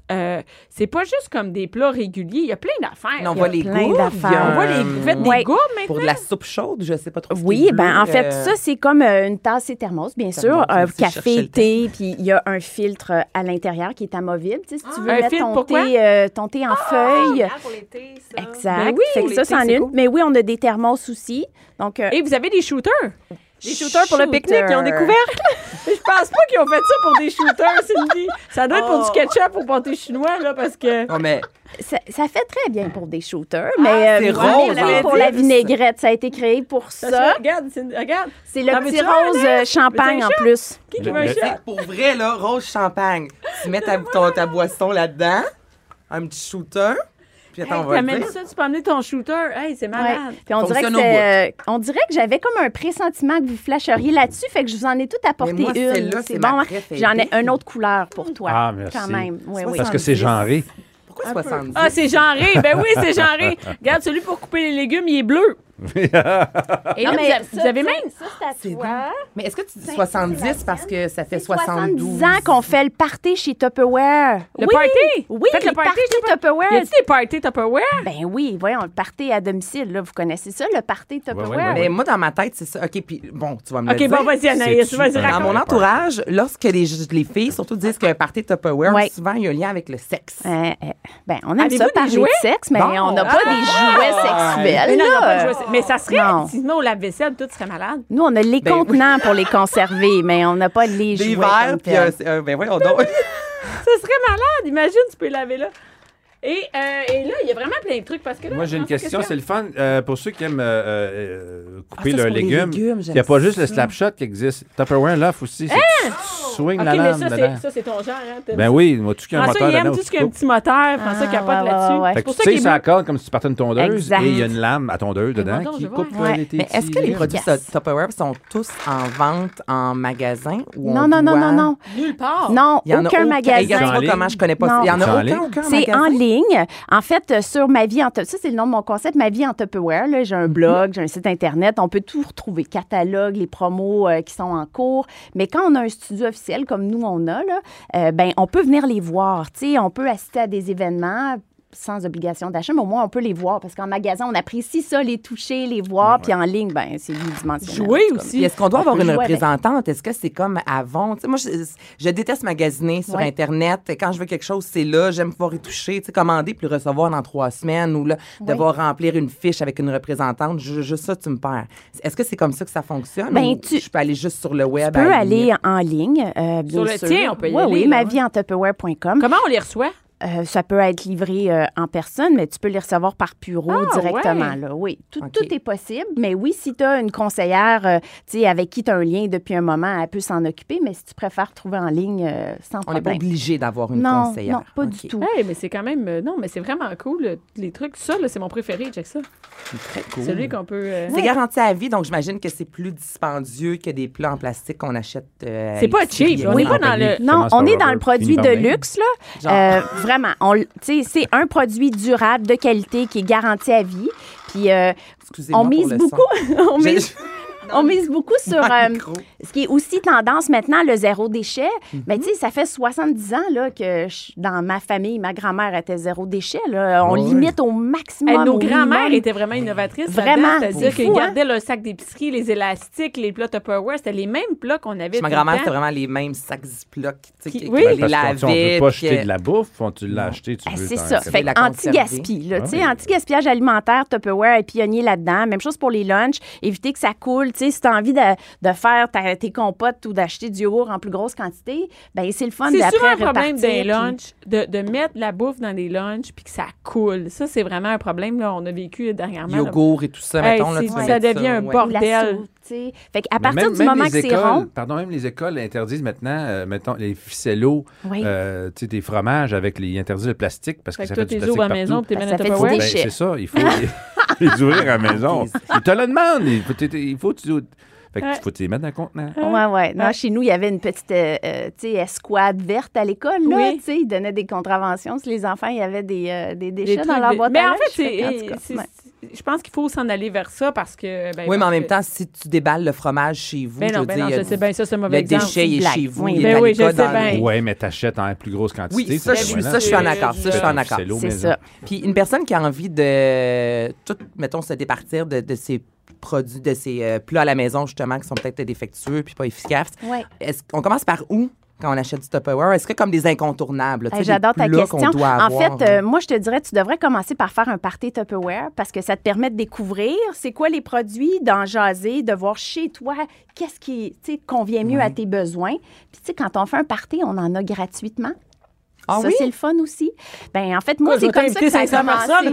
comme des plats réguliers. Il y a plein d'affaires. On voit les plein gourdes. d'affaires. il y a On voit les vous faites des Ouais. gourdes maintenant. Pour de la soupe chaude, je sais pas trop. ce qui Oui, est ben bleu, en fait, ça, c'est comme une tasse et thermos, bien sûr. Thermos, aussi, chercher Café, le thé, puis il y a un filtre à l'intérieur qui est amovible. Tu sais, si tu veux Un mettre filtre, ton pourquoi? ton thé en feuille. Pour l'été, ça. Exact. Ben oui, Fait pour que ça, l'été, c'en c'est est une. cool. Mais oui, on a des thermos aussi. Donc, Et vous avez des shooters. Des shooters pour le pique-nique, ils ont des couvercles. Je pense pas qu'ils ont fait ça pour des shooters, Cindy. Ça doit être pour du ketchup au pâté chinois, là, parce que... Non, mais ça fait très bien pour des shooters, mais c'est oui, rose, mais en pour plus. la vinaigrette, ça a été créé pour ça. Regarde, Cindy, regarde. C'est le Ah, petit veux-tu un, rose Alex? champagne Veux-tu un en shot? plus. Qui veut un Le- shot? pour vrai, là, rose champagne. Tu mets ta boisson là-dedans, un petit shooter, puis attends, Hey, on va le t'amènes dire. ça, tu peux amener ton shooter. Hey, c'est Ouais. malade. Puis on dirait, Fonctionne on dirait que j'avais comme un pressentiment que vous flasheriez là-dessus, fait que je vous en ai tout apporté Mais moi, une. celle-là, c'est ma bon, hein? préférée. J'en ai une autre couleur pour toi. Ah, merci. Quand même. Oui, oui. Parce que c'est genré. Pourquoi 70? Ah, c'est genré. Ben oui, c'est genré. Regarde, celui pour couper les légumes, il est bleu. Et là, Non, mais vous avez même... Ça, c'est à toi. Mais est-ce que tu dis 70 parce que ça fait 72? 70 ans qu'on fait le party chez Tupperware. Le oui, party? Oui, Faites le le party party chez Tupperware. Y a-tu des parties Tupperware? Ben oui, voyons, le party à domicile, là, vous connaissez ça, le party Tupperware? Mais moi, dans ma tête, c'est ça. OK, puis bon, tu vas me le OK, dire. bon, vas-y, Anaïs. C'est-tu Vas-y, un- Dans raconte. mon entourage, lorsque les filles, surtout, disent qu'un party Tupperware, Ouais. souvent, il y a un lien avec le sexe. Ben, on aime Avez-vous ça des parler jouets? de sexe, mais Bon. on n'a pas des jouets sexuels. Mais non, là. pas de jouets. Mais ça serait, Non. sinon, au lave-vaisselle, tout serait malade. Nous, on a les Ben contenants pour les conserver, mais on n'a pas les Des jouets. verres, comme puis tels. ben voyons donc. Ça serait malade. Imagine, tu peux laver là. Et là, il y a vraiment plein de trucs parce que là, Moi, j'ai une François, question, qu'est-ce c'est le fun. Pour ceux qui aiment couper Ah, ça, c'est leurs pour les légumes, légumes, il j'aime n'y a pas juste le ça. slapshot qui existe. Tupperware, l'offre aussi. C'est swing OK, la mais lame ça, dedans. c'est ton genre. Hein, t'aimes Ben ça. oui, moi, tout ce qui a un François, moteur il aime dedans, tout ce qui a un petit moteur. François capote ouais, là-dessus. ouais. Fait C'est que pour tu ça sais, qu'il est ça bleu. accorde comme si tu partais une tondeuse Exact. et il y a une lame à tondeuse dedans bon, qui je coupe vois. les tes Mais est-ce que les petits produits Yes. Tupperware sont tous en vente en magasin ou Non, on non, non, doit- non, non. Nulle part. Non, Il y en a aucun aucun. magasin. Regarde, tu vois comment je connais pas ça. Non. Il y en C'est en a ligne? aucun C'est magasin. en ligne. En fait, sur Ma vie en Tupperware, ça, c'est le nom de mon concept, Ma vie en Tupperware. Là, j'ai un blog, j'ai un site Internet. On peut tout retrouver, catalogue, les promos qui sont en cours. Mais quand on a un studio officiel, comme nous, on a, là, ben, on peut venir les voir. Tu sais, on peut assister à des événements sans obligation d'achat, mais au moins, on peut les voir. Parce qu'en magasin, on apprécie ça, les toucher, les voir. Puis en ligne, ben, c'est unidimensionnel. Jouer En tout cas. aussi. Puis est-ce qu'on doit On avoir peut une jouer avec. représentante? Est-ce que c'est comme avant? Tu sais, moi, je déteste magasiner sur Ouais. Internet. Quand je veux quelque chose, c'est là. J'aime pouvoir y toucher, tu sais, commander puis le recevoir dans 3 semaines ou là, devoir remplir une fiche avec une représentante. Juste ça, tu me perds. Est-ce que c'est comme ça que ça fonctionne? Ben, ou je peux aller juste sur le web? Tu peux à la aller limite? en ligne, bien Sur le sûr. tien, on peut y Oui, aller, oui, là. mavientupperware.com. Comment on les reçoit? Ça peut être livré en personne, mais tu peux les recevoir par bureau directement. Ouais. Là. Oui, tout est possible. Mais oui, si tu as une conseillère avec qui tu as un lien depuis un moment, elle peut s'en occuper. Mais si tu préfères trouver en ligne, sans problème. On n'est pas obligé d'avoir une non, conseillère. Non, pas du tout. Hey, mais c'est quand même... non, mais c'est vraiment cool, les trucs. Ça, là, c'est mon préféré, check ça. C'est très cool. Celui qu'on peut... C'est garanti à vie, donc j'imagine que c'est plus dispendieux que des plats en plastique qu'on achète. C'est pas cheap. On n'est pas dans le... Non, on est dans le produit de luxe, là. Vraiment. C'est un produit durable, de qualité, qui est garanti à vie. Puis, on mise beaucoup... On mise beaucoup sur ce qui est aussi tendance maintenant, le zéro déchet. Mais tu sais, ça fait 70 ans là, que dans ma famille, ma grand-mère était zéro déchet. Là. On limite au maximum. Nos grands-mères étaient vraiment innovatrices. Vraiment. C'est-à-dire qu'ils gardaient leur sac d'épicerie, les élastiques, les plats Tupperware. C'était les mêmes plats qu'on avait. Ma grand-mère, c'était vraiment les mêmes sacs Ziploc. Oui, les parce qu'on ne peut pas jeter de la bouffe. Tu l'as acheté, tu veux. C'est ça. Fait anti-gaspi. Anti-gaspillage alimentaire, Tupperware est pionnier là-dedans. Même chose pour les lunchs. Éviter que ça coule. Si tu as envie de faire tes compotes ou d'acheter du yogourt en plus grosse quantité, ben c'est le fun d'après C'est souvent un problème repartir, des lunchs, de mettre la bouffe dans des lunchs puis que ça coule. Ça, c'est vraiment un problème. Là, on a vécu dernièrement. Yogourt et tout ça, mettons. Là, ça devient un bordel. Fait qu'à partir du moment que c'est rond... Pardon, même les écoles interdisent maintenant, mettons, les ficellos, des fromages ils interdisent le plastique parce que ça fait du plastique partout. Maison, ça fait du déchet. C'est ça, il faut les ouvrir à la maison. Ils te le demandent. Il faut que tu... Fait que faut les mettre dans le contenant. Oui. Non, chez nous, il y avait une petite escouade verte à l'école. Là, ils donnaient des contraventions. Si les enfants, il y avait des déchets dans leur boîte à lunch. Mais en fait, je pense qu'il faut s'en aller vers ça parce que... oui, mais en même temps, si tu déballes le fromage chez vous, je sais bien, ça, c'est un mauvais exemple. Le déchet est chez vous. Oui, je sais bien. Oui, mais t'achètes en plus grosse quantité. Oui, ça, je suis en accord. C'est ça. Puis une personne qui a envie de, mettons, se départir de ces produits, de ces plats à la maison, justement, qui sont peut-être défectueux puis pas efficaces. Ouais. On commence par où quand on achète du Tupperware? Est-ce que comme des incontournables? J'adore ta question. En fait, moi, je te dirais, tu devrais commencer par faire un party Tupperware parce que ça te permet de découvrir c'est quoi les produits, d'en jaser, de voir chez toi qu'est-ce qui convient mieux à tes besoins. Puis, tu sais, quand on fait un party, on en a gratuitement. Ah ça, oui? c'est le fun aussi. Ben en fait, moi, c'est comme ça que ça a commencé. Tu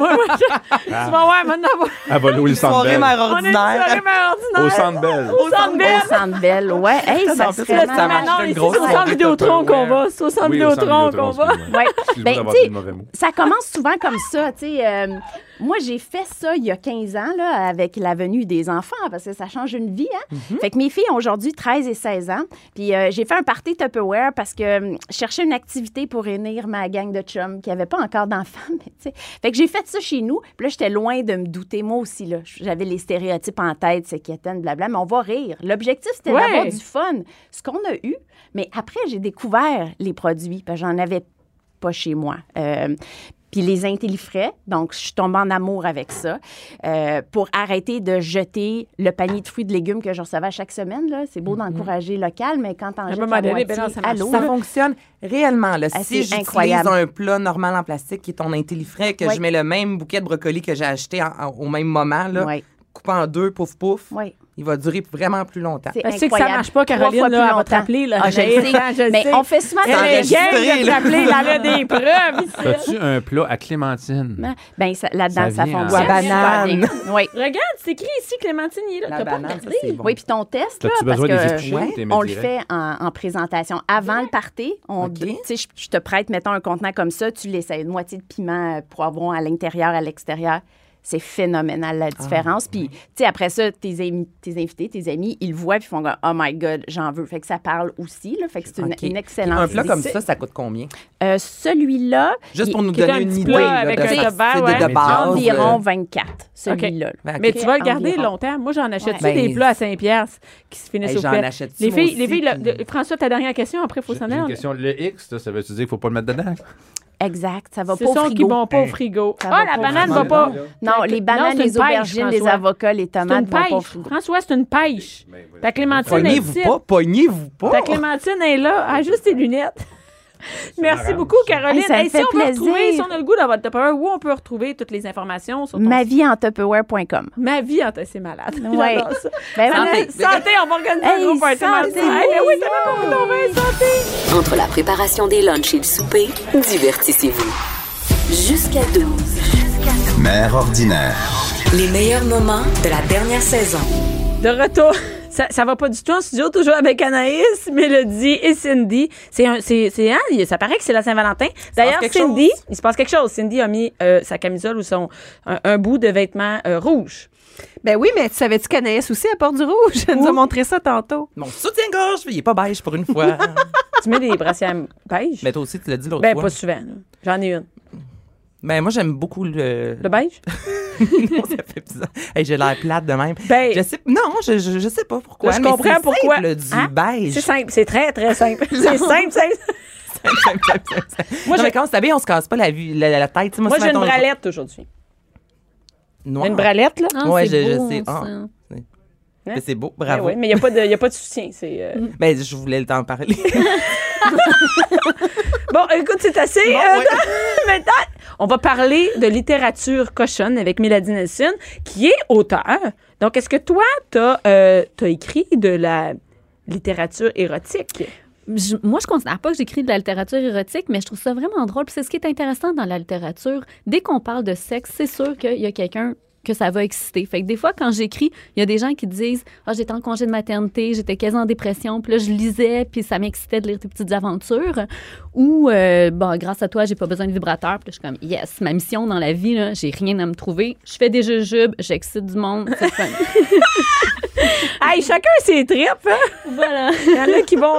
vas voir maintenant. Elle va louer le Centre Bell. Mère ordinaire. Au Centre Bell. Au Centre Bell. Au Centre Bell, ouais. Hey, ça serait ça marche non, une ici, grosse c'est au Centre Vidéotron qu'on va. C'est au Centre Vidéotron qu'on va. Ouais. Ben, tu sais, ça commence souvent comme ça, tu sais. Moi, j'ai fait ça il y a 15 ans, là, avec la venue des enfants, parce que ça change une vie, hein? Fait que mes filles ont aujourd'hui 13 et 16 ans. Puis j'ai fait un party Tupperware parce que je cherchais une activité pour réunir ma gang de chums qui n'avaient pas encore d'enfants. Mais, fait que j'ai fait ça chez nous. Puis là, j'étais loin de me douter. Moi aussi, là, j'avais les stéréotypes en tête, c'est quétaine, blabla, mais on va rire. L'objectif, c'était d'avoir du fun. Ce qu'on a eu. Mais après, j'ai découvert les produits, parce que j'en avais pas chez moi. Puis les intellifrais, donc je suis tombée en amour avec ça, pour arrêter de jeter le panier de fruits et de légumes que je recevais chaque semaine. Là. C'est beau d'encourager local, mais quand t'en jettes la moitié à l'eau... Ça fonctionne réellement. Là. Si j'utilise incroyable. un plat normal en plastique qui est ton intellifrais, que je mets le même bouquet de brocoli que j'ai acheté au même moment, là, coupé en deux, pouf, pouf, il va durer vraiment plus longtemps. C'est incroyable. Que ça marche pas, Caroline, là, elle va te rappeler. Là, je sais. Mais on fait souvent ça. Elle est rappeler, elle a des preuves ici. As-tu un plat à clémentine? Bien, là-dedans, ça fonctionne. Ou à banane. Oui. Regarde, c'est écrit ici, clémentine, il est là. La banane, ça, c'est bon. Oui, puis ton test, là, parce que on le fait en présentation. Avant le party, je te prête, mettons, un contenant comme ça, tu l'essayes, une moitié de piment poivron à l'intérieur, à l'extérieur. C'est phénoménal, la différence. Puis, tu sais, après ça, tes invités, tes amis, ils le voient puis ils font « Oh my God, j'en veux » Fait que ça parle aussi, là. Fait que c'est une excellente Un plat comme ça coûte combien? Celui-là... Juste pour nous donner une idée avec un de base. Environ 24, celui-là. Mais tu vas le garder longtemps. Moi, j'en achète des plats à 5 piastres qui se finissent au plat. Les filles, François, ta dernière question, après, il faut s'en aller. Une question. Le X, ça veut-tu dire qu'il ne faut pas le mettre dedans? Exact, ça va pas au frigo. Ce sont qui vont pas au frigo. La banane va pas. Non, les bananes, les aubergines, les avocats, les tomates vont pas au frigo. François, c'est une pêche. Ta clémentine est Pognez-vous pas. Ta clémentine est là. Ah, juste tes lunettes. Merci beaucoup, Caroline. Hey, ça me si fait on veut plaisir. retrouver, si on a le goût dans votre Tupperware, où on peut retrouver toutes les informations sur ton Mavientupperware.com. Ma vie en c'est malade. Ouais. J'adore ça. Ben, Santé, on va organiser un gros party mardi. santé. Ben oui, t'as même pas ton vin, santé. Entre la préparation des lunchs et le souper, divertissez-vous. Jusqu'à 12. Mère ordinaire. Les meilleurs moments de la dernière saison. De retour. Ça va pas du tout en studio, toujours avec Anaïs, Mélodie et Cindy. Ça paraît que c'est la Saint-Valentin. D'ailleurs, Cindy, il se passe quelque chose. Cindy a mis sa camisole ou un bout de vêtement rouge. Ben oui, mais tu savais-tu qu'Anaïs aussi apporte du rouge? Elle nous a montré ça tantôt. Mon soutien-gorge, il est pas beige pour une fois. Tu mets des brassières beige? Mais toi aussi, tu l'as dit l'autre Ben, fois. pas souvent. Là. J'en ai une. Ben, moi, j'aime beaucoup le... Le beige? Non, ça fait bizarre. Hey, j'ai l'air plate de même. Ben, je sais pas pourquoi. je mais comprends c'est pourquoi. Simple, du beige. C'est simple. C'est très, très simple. C'est simple. Moi, mais quand on s'habille, on se casse pas la tête. Moi, j'ai une bralette aujourd'hui. Noire. Une bralette, là? Ah, Ouais, c'est je beau, sais. ça. Mais c'est beau, bravo. Oui, mais il n'y a pas de soutien. C'est, Ben, je voulais t'en parler. Bon, écoute, c'est assez. Maintenant, on va parler de littérature cochonne avec Mélodie Nelson, qui est auteur. Donc, est-ce que toi, t'as écrit de la littérature érotique? Moi, je considère pas que j'écris de la littérature érotique, mais je trouve ça vraiment drôle. Puis c'est ce qui est intéressant dans la littérature. Dès qu'on parle de sexe, c'est sûr qu'il y a quelqu'un que ça va exciter. Fait que des fois, quand j'écris, il y a des gens qui disent « Ah, j'étais en congé de maternité, j'étais quasi en dépression, puis là, je lisais, puis ça m'excitait de lire tes petites aventures. » Ou bon, grâce à toi, j'ai pas besoin de vibrateur. Puis là, je suis comme « Yes, ma mission dans la vie, là, j'ai rien à me trouver. Je fais des jujubes, j'excite du monde. » C'est fun. Hey, chacun ses tripes, hein? Voilà. Il y en a qui vont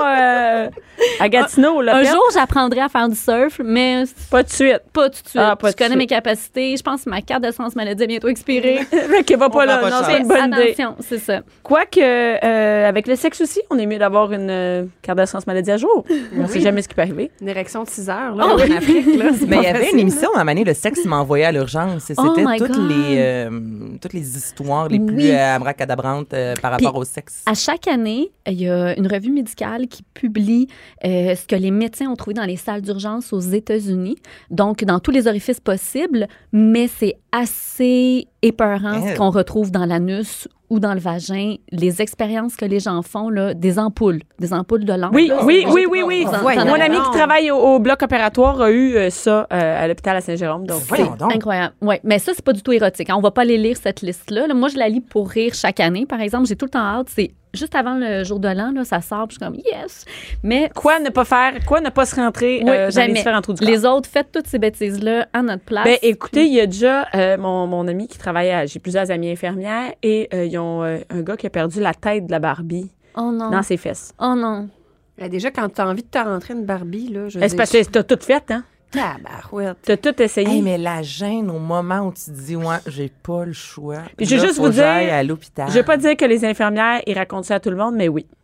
à Gatineau. Un jour, j'apprendrai à faire du surf, mais pas tout de suite. Pas tout de suite. Ah, pas je tout de connais suite. mes capacités. Je pense que ma carte d'assurance maladie est bientôt expirée. Qui va pas là. prend pas Non, de c'est une bonne idée. Attention, c'est ça. Quoique, avec le sexe aussi, on est mieux d'avoir une carte d'assurance maladie à jour. On sait jamais ce qui peut arriver. Une érection de 6 heures, là, en Afrique, là. Mais il y avait une émission à un moment donné, le sexe m'a envoyé à l'urgence. Et Oh c'était my toutes les histoires les plus Oui. abracadabrantes par rapport Puis, au sexe. À chaque année, il y a une revue médicale qui publie ce que les médecins ont trouvé dans les salles d'urgence aux États-Unis. Donc, dans tous les orifices possibles, mais c'est assez épeurant ce qu'on retrouve dans l'anus ou dans le vagin, les expériences que les gens font, là, des ampoules de lampe. Oui, là, oui. T'en Mon as- ami qui travaille au bloc opératoire a eu ça à l'hôpital à Saint-Jérôme. Donc, Voyons donc. Incroyable. Oui, mais ça, c'est pas du tout érotique. On va pas aller lire cette liste-là. Là, moi, je la lis pour rire chaque année. Par exemple, j'ai tout le temps hâte. C'est juste avant le jour de l'an, là, ça sort. Puis je suis comme, yes. Mais quoi ne pas faire? Quoi ne pas se rentrer Oui, dans jamais. les différents trous du corps? Les autres, faites toutes ces bêtises-là à notre place. Ben, écoutez, il y a déjà mon ami qui travaille j'ai plusieurs amies infirmières et ils ont un gars qui a perdu la tête de la Barbie Oh non. dans ses fesses. Oh non. Déjà, quand tu as envie de te rentrer une Barbie, là, je C'est parce que t'as tout fait, hein? Tabarouette. T'as tout essayé. Hey, mais la gêne au moment où tu te dis, ouais, j'ai pas le choix. Puis je veux Là, juste faut vous que j'aille dire, à l'hôpital. Je vais pas dire que les infirmières, ils racontent ça à tout le monde, mais oui.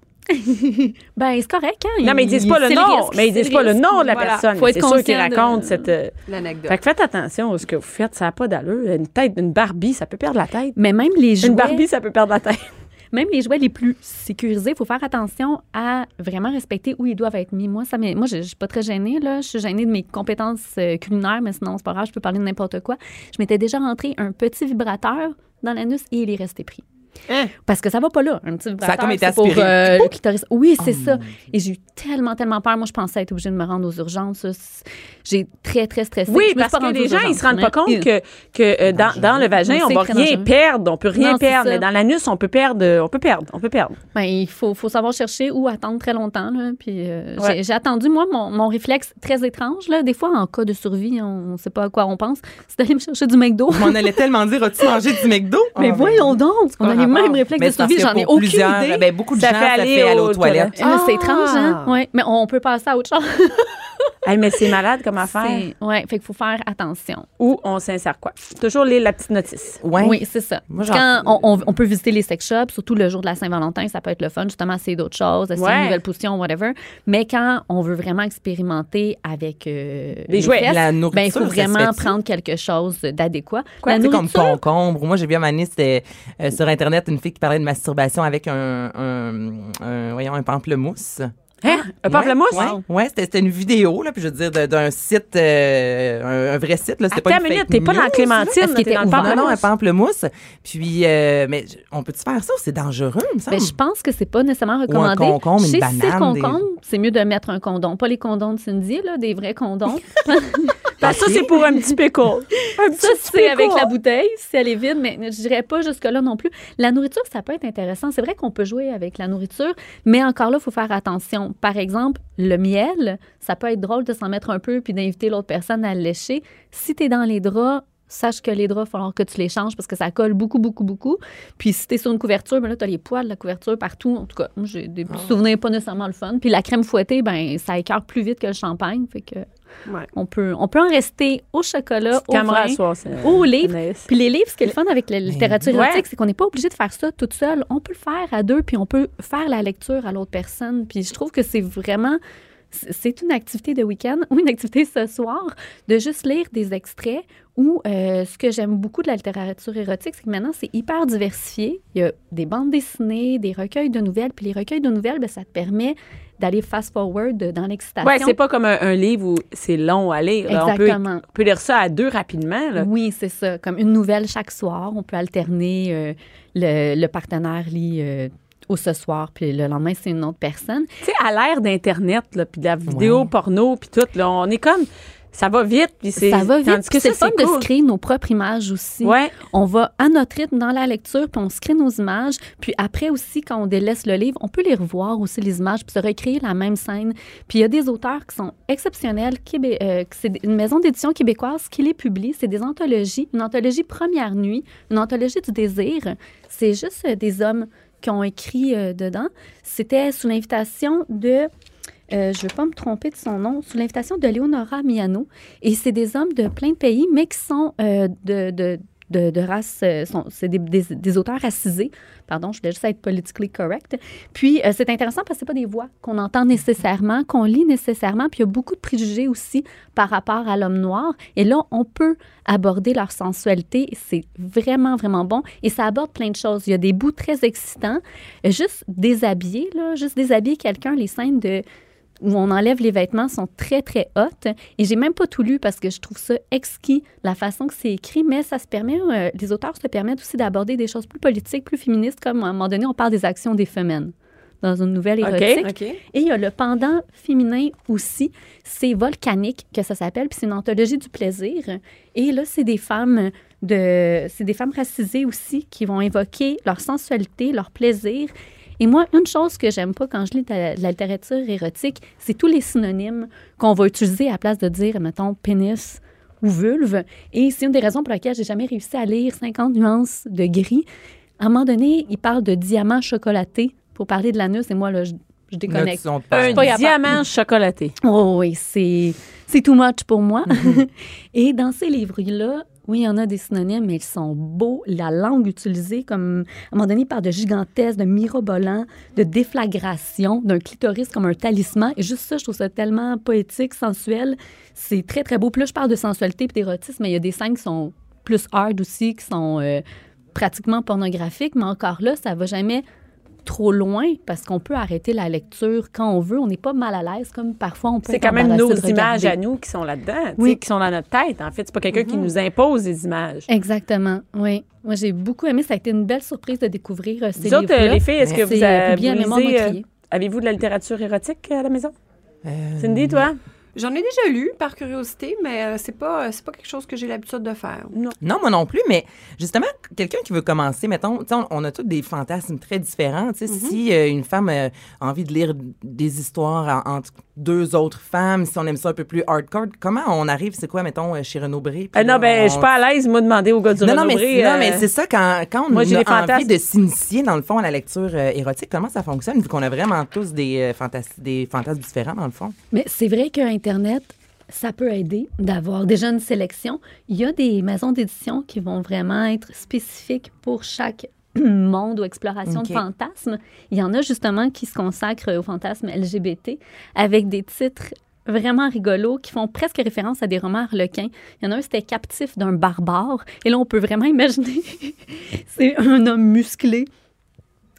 Ben, c'est correct, hein? Non, mais ils disent pas le c'est nom. risque, Mais ils disent c'est pas le risque. nom de la Voilà. personne. Faut être C'est sûr qu'ils conscient de- racontent cette. L'anecdote. Fait que faites attention à ce que vous faites. Ça n'a pas d'allure. Une tête, une Barbie, ça peut perdre la tête. Mais même les jouets, Une Barbie, ça peut perdre la tête. même les jouets les plus sécurisés, il faut faire attention à vraiment respecter où ils doivent être mis. Moi, je suis pas très gênée, là. Je suis gênée de mes compétences culinaires, mais sinon, c'est pas grave, je peux parler de n'importe quoi. Je m'étais déjà rentré un petit vibrateur dans l'anus et il est resté pris. Hein? Parce que ça va pas là. Un petit vibrateur, Ça a comme été c'est pour aspiré. le clitoris. Oui, c'est ça. Et j'ai eu tellement peur. Moi, je pensais être obligée de me rendre aux urgences. J'ai très, très stressé. Oui, Je me suis parce pas que rendue les aux gens, ils urgences, se rendent pas mais- compte que dans le vagin, Oui, on c'est va très rien dangereux. perdre. On peut rien Non, c'est perdre. ça. Mais dans l'anus, on peut perdre. Ben, il faut savoir chercher ou attendre très longtemps. Là. Puis, Ouais. j'ai attendu, moi, mon réflexe très étrange. Là. Des fois, en cas de survie, on ne sait pas à quoi on pense. C'est d'aller me chercher du McDo. Je m'en allais tellement dire, as-tu mangé du McDo? Mais Ah, voyons donc, on a les mêmes réflexes Mais de c'est parce survie. que J'en ai pour aucune plusieurs, idée. ben, beaucoup de Ça gens, fait ça aller fait aller aux aux toilettes. C'est étrange, hein? Ouais. Mais on peut passer à autre chose. Hey, mais c'est malade comme affaire. Oui, fait qu'il faut faire attention. Ou on s'insère quoi? Toujours lire la petite notice. Ouais. Oui, c'est ça. Moi, Quand on peut visiter les sex shops, surtout le jour de la Saint-Valentin, ça peut être le fun, justement, essayer d'autres choses, essayer Ouais. une nouvelle position, whatever. Mais quand on veut vraiment expérimenter avec les jouets. fesses, La nourriture, ben, il faut ça se vraiment fait-tu? prendre quelque chose d'adéquat. Quoi, La c'est comme nourriture, concombre. Moi, j'ai vu à Mané, c'était sur Internet, une fille qui parlait de masturbation avec un pamplemousse. Hein? Un pamplemousse? Oui, c'était une vidéo, là, puis je veux dire, d'un site, un vrai site. Là, c'était pas une fake t'es pas dans la clémentine, t'es dans le pamplemousse. Non, un pamplemousse. Puis, mais on peut-tu faire ça? C'est dangereux, il me semble. Ben, je pense que c'est pas nécessairement recommandé. Ou un concombre, une banane. Si c'est concombre, c'est mieux de mettre un condom. Pas les condoms de Cindy, là, des vrais condoms. Ça, c'est pour un petit pickle. Ça, c'est avec la bouteille, si elle est vide, mais je dirais pas jusque-là non plus. La nourriture, ça peut être intéressant. C'est vrai qu'on peut jouer avec la nourriture, mais encore là, il faut faire attention. Par exemple, le miel, ça peut être drôle de s'en mettre un peu puis d'inviter l'autre personne à le lécher. Si tu es dans les draps, sache que les draps, il va falloir que tu les changes parce que ça colle beaucoup, beaucoup, beaucoup. Puis si tu es sur une couverture, ben là, tu as les poils de la couverture partout. En tout cas, moi, j'ai des souvenirs pas nécessairement le fun. Puis la crème fouettée, ben ça écœure plus vite que le champagne. Fait que on peut en rester au chocolat, au vin, aux livres. Puis les livres, ce qui est le fun avec la littérature érotique, c'est qu'on n'est pas obligé de faire ça toute seule. On peut le faire à deux, puis on peut faire la lecture à l'autre personne. Puis je trouve que c'est vraiment... C'est une activité de week-end ou une activité ce soir de juste lire des extraits ou ce que j'aime beaucoup de la littérature érotique, c'est que maintenant, c'est hyper diversifié. Il y a des bandes dessinées, des recueils de nouvelles. Puis les recueils de nouvelles, ben, ça te permet d'aller fast-forward dans l'excitation. Oui, c'est pas comme un livre où c'est long à lire. Exactement. On peut lire ça à deux rapidement. Là. Oui, c'est ça. Comme une nouvelle chaque soir. On peut alterner. Le partenaire lit... ou ce soir, puis le lendemain, c'est une autre personne. Tu sais, à l'ère d'Internet, puis de la vidéo porno, puis tout, là, on est comme... Ça va vite, puis c'est... Ça va vite, que c'est fun de se créer nos propres images aussi. Ouais. On va à notre rythme dans la lecture, puis on se crée nos images. Puis après aussi, quand on délaisse le livre, on peut les revoir aussi, les images, puis se recréer la même scène. Puis il y a des auteurs qui sont exceptionnels. C'est une maison d'édition québécoise qui les publie. C'est des anthologies. Une anthologie Première Nuit, une anthologie du désir. C'est juste des hommes qui ont écrit dedans. C'était sous l'invitation de... je ne vais pas me tromper de son nom, sous l'invitation de Leonora Miano. Et c'est des hommes de plein de pays, mais qui sont de race... c'est des auteurs racisés. Pardon, je voulais juste être politically correct. Puis, c'est intéressant parce que ce pas des voix qu'on entend nécessairement, qu'on lit nécessairement. Puis, il y a beaucoup de préjugés aussi par rapport à l'homme noir. Et là, on peut aborder leur sensualité. C'est vraiment, vraiment bon. Et ça aborde plein de choses. Il y a des bouts très excitants. Juste déshabiller quelqu'un, les scènes où on enlève les vêtements sont très, très hautes. Et j'ai même pas tout lu parce que je trouve ça exquis, la façon que c'est écrit, mais ça se permet, les auteurs se permettent aussi d'aborder des choses plus politiques, plus féministes, comme à un moment donné, on parle des actions des femmes dans une nouvelle érotique. Okay. Et il y a le pendant féminin aussi, c'est Volcanique que ça s'appelle, puis c'est une anthologie du plaisir. Et là, c'est des femmes racisées aussi qui vont évoquer leur sensualité, leur plaisir. Et moi, une chose que j'aime pas quand je lis de la littérature érotique, c'est tous les synonymes qu'on va utiliser à la place de dire, mettons, pénis ou vulve. Et c'est une des raisons pour lesquelles j'ai jamais réussi à lire 50 nuances de gris. À un moment donné, il parle de diamant chocolaté pour parler de l'anus, et moi, là, je déconnecte. Un diamant chocolaté. Oh oui, c'est too much pour moi. Et dans ces livres-là, oui, il y en a des synonymes, mais ils sont beaux. La langue utilisée, comme à un moment donné, il parle de gigantesque, de mirobolant, de déflagration, d'un clitoris comme un talisman. Et juste ça, je trouve ça tellement poétique, sensuel. C'est très, très beau. Puis là, je parle de sensualité et d'érotisme, mais il y a des scènes qui sont plus hard aussi, qui sont pratiquement pornographiques. Mais encore là, ça va jamais trop loin parce qu'on peut arrêter la lecture quand on veut. On n'est pas mal à l'aise comme parfois on peut. C'est quand même nos images à nous qui sont là-dedans, qui sont dans notre tête. En fait, c'est pas quelqu'un qui nous impose des images. Exactement, oui. Moi, j'ai beaucoup aimé. Ça a été une belle surprise de découvrir ces livres-là. Vous autres, les filles, est-ce que avez-vous de la littérature érotique à la maison? Cindy, toi? J'en ai déjà lu par curiosité, mais c'est pas quelque chose que j'ai l'habitude de faire. Non, moi non plus, mais justement, quelqu'un qui veut commencer, mettons, on a tous des fantasmes très différents. Si une femme a envie de lire des histoires entre deux autres femmes, si on aime ça un peu plus hardcore, comment on arrive, c'est quoi, mettons, chez Renaud Bré? Je suis pas à l'aise, moi, de demander au gars du Renaud Bré. Non, mais c'est ça, quand on a envie de s'initier, dans le fond, à la lecture érotique, comment ça fonctionne, vu qu'on a vraiment tous des fantasmes différents, dans le fond? Mais c'est vrai qu'Internet, ça peut aider d'avoir déjà une sélection. Il y a des maisons d'édition qui vont vraiment être spécifiques pour chaque monde ou exploration de fantasmes. Il y en a justement qui se consacrent au fantasme LGBT avec des titres vraiment rigolos qui font presque référence à des romans harlequins. Il y en a un, c'était Captif d'un barbare. Et là, on peut vraiment imaginer, c'est un homme musclé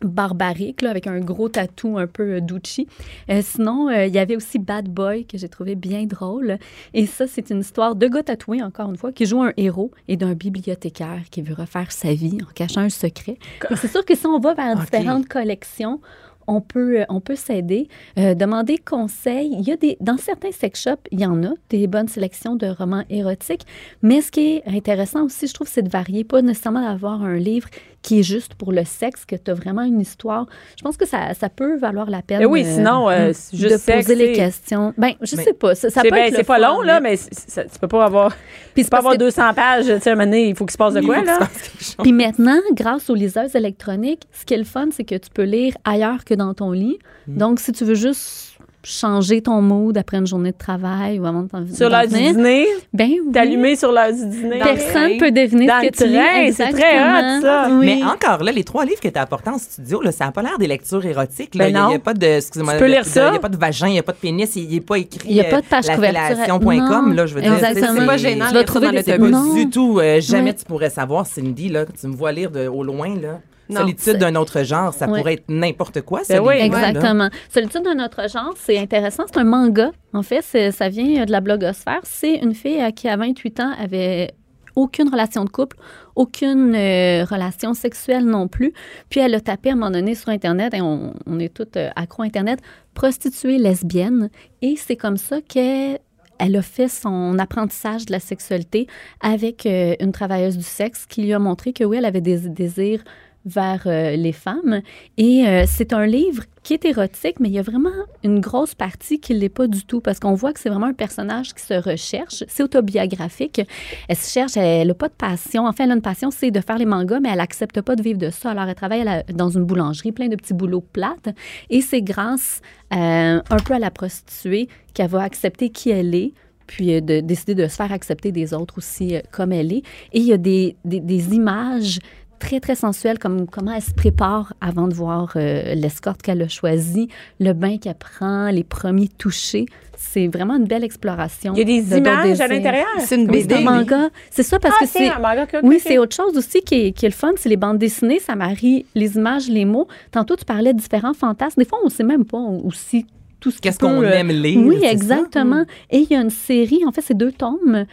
barbarique, là, avec un gros tatou un peu douchi. Sinon, il y avait aussi Bad Boy, que j'ai trouvé bien drôle. Et ça, c'est une histoire de gars tatoués, encore une fois, qui joue un héros et d'un bibliothécaire qui veut refaire sa vie en cachant un secret. Donc, c'est sûr que si on va vers différentes collections, on peut s'aider, demander conseil. Il y a dans certains sex shops, il y en a des bonnes sélections de romans érotiques, mais ce qui est intéressant aussi, je trouve, c'est de varier, pas nécessairement d'avoir un livre qui est juste pour le sexe, que tu as vraiment une histoire. Je pense que ça peut valoir la peine oui, sinon, juste de sexe, poser les questions. Ben, je sais pas. Ça peut être c'est pas long, là, mais tu peux pas avoir... Puis tu peux avoir 200 pages, tu sais, à un moment donné, il faut qu'il se passe de quoi, là? Puis maintenant, grâce aux liseuses électroniques, ce qui est le fun, c'est que tu peux lire ailleurs que dans ton lit. Donc, si tu veux juste changer ton mood après une journée de travail ou avant de t'en sur l'heure du dîner, ben oui. T'allumer sur l'heure du dîner. Personne peut deviner ce que tu lis. C'est très hot, ça. Oui. Mais encore là, les 3 livres que tu as apportés en studio, là, ça n'a pas l'air des lectures érotiques. Là. Ben non. Il n'y a pas de, excusez-moi, tu peux lire ça. Il n'y a pas de vagin, il n'y a pas de pénis, il n'est pas écrit il n'y a pas de page lafellation.com, là, je veux dire. Exactement. C'est pas gênant. Tu vas trouver des pas du tout. Jamais tu pourrais savoir, Cindy, là, que tu me vois lire au loin, là. Non, Solitude d'un autre genre, ça pourrait être n'importe quoi, ça. Oui, exactement. Solitude d'un autre genre, c'est intéressant. C'est un manga. En fait, ça vient de la blogosphère. C'est une fille qui, à 28 ans, avait aucune relation de couple, aucune relation sexuelle non plus. Puis elle a tapé à un moment donné sur Internet, et on est toutes accro à Internet, prostituée lesbienne. Et c'est comme ça qu'elle a fait son apprentissage de la sexualité avec une travailleuse du sexe qui lui a montré que oui, elle avait des désirs vers les femmes. Et c'est un livre qui est érotique, mais il y a vraiment une grosse partie qui ne l'est pas du tout, parce qu'on voit que c'est vraiment un personnage qui se recherche. C'est autobiographique. Elle se cherche, elle n'a pas de passion. Enfin, elle a une passion, c'est de faire les mangas, mais elle n'accepte pas de vivre de ça. Alors, elle travaille dans une boulangerie, plein de petits boulots plates. Et c'est grâce un peu à la prostituée qu'elle va accepter qui elle est, puis de décider de se faire accepter des autres aussi comme elle est. Et il y a des images très, très sensuelle, comme comment elle se prépare avant de voir l'escorte qu'elle a choisie, le bain qu'elle prend, les premiers touchés. C'est vraiment une belle exploration. Il y a des images à l'intérieur. C'est une BD. C'est un manga. C'est ça, parce que c'est... un manga. Oui, c'est autre chose aussi qui est le fun, c'est les bandes dessinées. Ça marie les images, les mots. Tantôt, tu parlais de différents fantasmes. Des fois, on ne sait même pas aussi tout ce qu'est-ce qu'on aime lire. Oui, exactement. Et il y a une série, en fait, c'est 2 tomes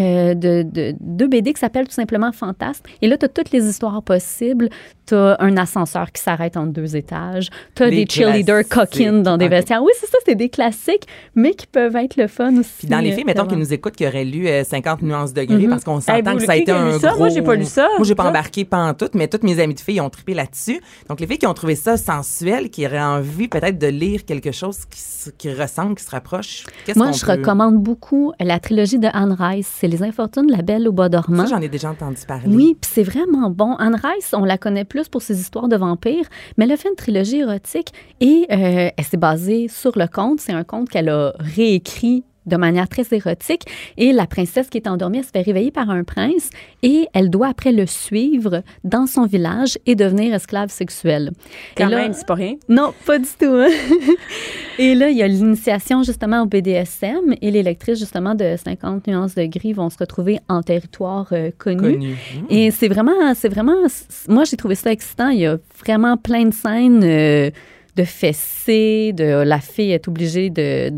de 2 BD qui s'appellent tout simplement Fantasme. Et là, tu as toutes les histoires possibles. Tu as un ascenseur qui s'arrête en 2 étages. Tu as des cheerleaders coquines dans des vestiaires. Oui, c'est ça, c'est des classiques, mais qui peuvent être le fun aussi. Puis dans les filles, mettons, qui nous écoutent, qui auraient lu 50 nuances degrés, parce qu'on s'entend que ça a été un gros... Moi, j'ai pas lu ça. Moi, j'ai pas embarqué pantoute, mais toutes mes amies de filles ont trippé là-dessus. Donc, les filles qui ont trouvé ça sensuel, qui auraient envie peut-être de lire quelque chose qui ressemble, qui se rapproche, Moi, je recommande beaucoup la trilogie de Anne Rice. C'est Les Infortunes, La Belle au bois dormant. Ça, j'en ai déjà entendu parler. Oui, puis c'est vraiment bon. Anne Rice, on la connaît plus pour ses histoires de vampires, mais elle a fait une trilogie érotique et elle s'est basée sur le conte. C'est un conte qu'elle a réécrit de manière très érotique. Et la princesse qui est endormie, elle se fait réveiller par un prince et elle doit après le suivre dans son village et devenir esclave sexuelle. Quand même, c'est pas rien. Non, pas du tout. Hein? Et là, il y a l'initiation justement au BDSM et les lectrices justement de 50 nuances de gris vont se retrouver en territoire connu. Et c'est vraiment, moi j'ai trouvé ça excitant. Il y a vraiment plein de scènes de fessées, de la fille est obligée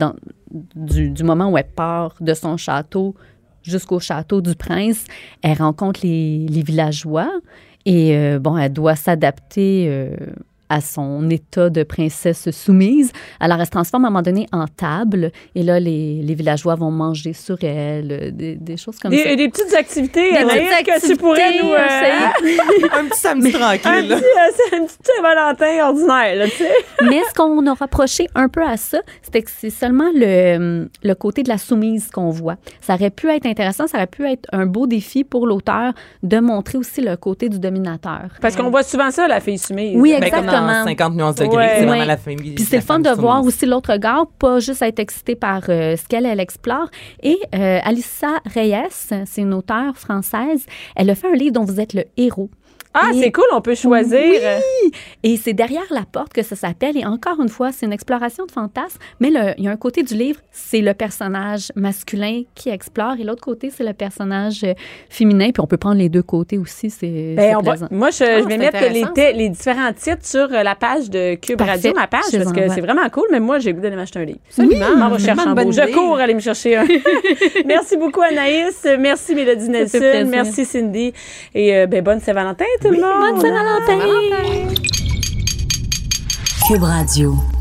du moment où elle part de son château jusqu'au château du prince, elle rencontre les villageois et elle doit s'adapter à son état de princesse soumise. Alors, elle se transforme à un moment donné en table et là, les villageois vont manger sur elle, des choses comme ça. Des petites activités, que tu pourrais nous... un petit samedi tranquille. Un petit Saint-Valentin ordinaire, là, tu sais. Mais ce qu'on a rapproché un peu à ça, c'était que c'est seulement le côté de la soumise qu'on voit. Ça aurait pu être intéressant, ça aurait pu être un beau défi pour l'auteur de montrer aussi le côté du dominateur. Parce qu'on voit souvent ça, la fille soumise. Oui, exactement. 50 nuances de gris, c'est vraiment la famille. Puis c'est le fun de voir aussi l'autre regard, pas juste être excité par ce qu'elle explore. Et Alissa Reyes, c'est une auteure française, elle a fait un livre dont vous êtes le héros. Ah, c'est cool, on peut choisir. Oui! Et c'est derrière la porte que ça s'appelle. Et encore une fois, c'est une exploration de fantasmes. Mais il y a un côté du livre, c'est le personnage masculin qui explore. Et l'autre côté, c'est le personnage féminin. Puis on peut prendre les deux côtés aussi. C'est plaisant. Moi, je vais mettre les différents titres sur la page de Cube Radio, ma page, parce que c'est vraiment cool. Mais moi, j'ai goût d'aller m'acheter un livre. Absolument. M'en recherche en beau. Je cours aller me chercher un. Merci beaucoup, Anaïs. Merci, Mélodie Nelson. Merci, Cindy. Et bonne Saint-Valentin, tout le monde. Bonne Saint-Valentin. Cube Radio.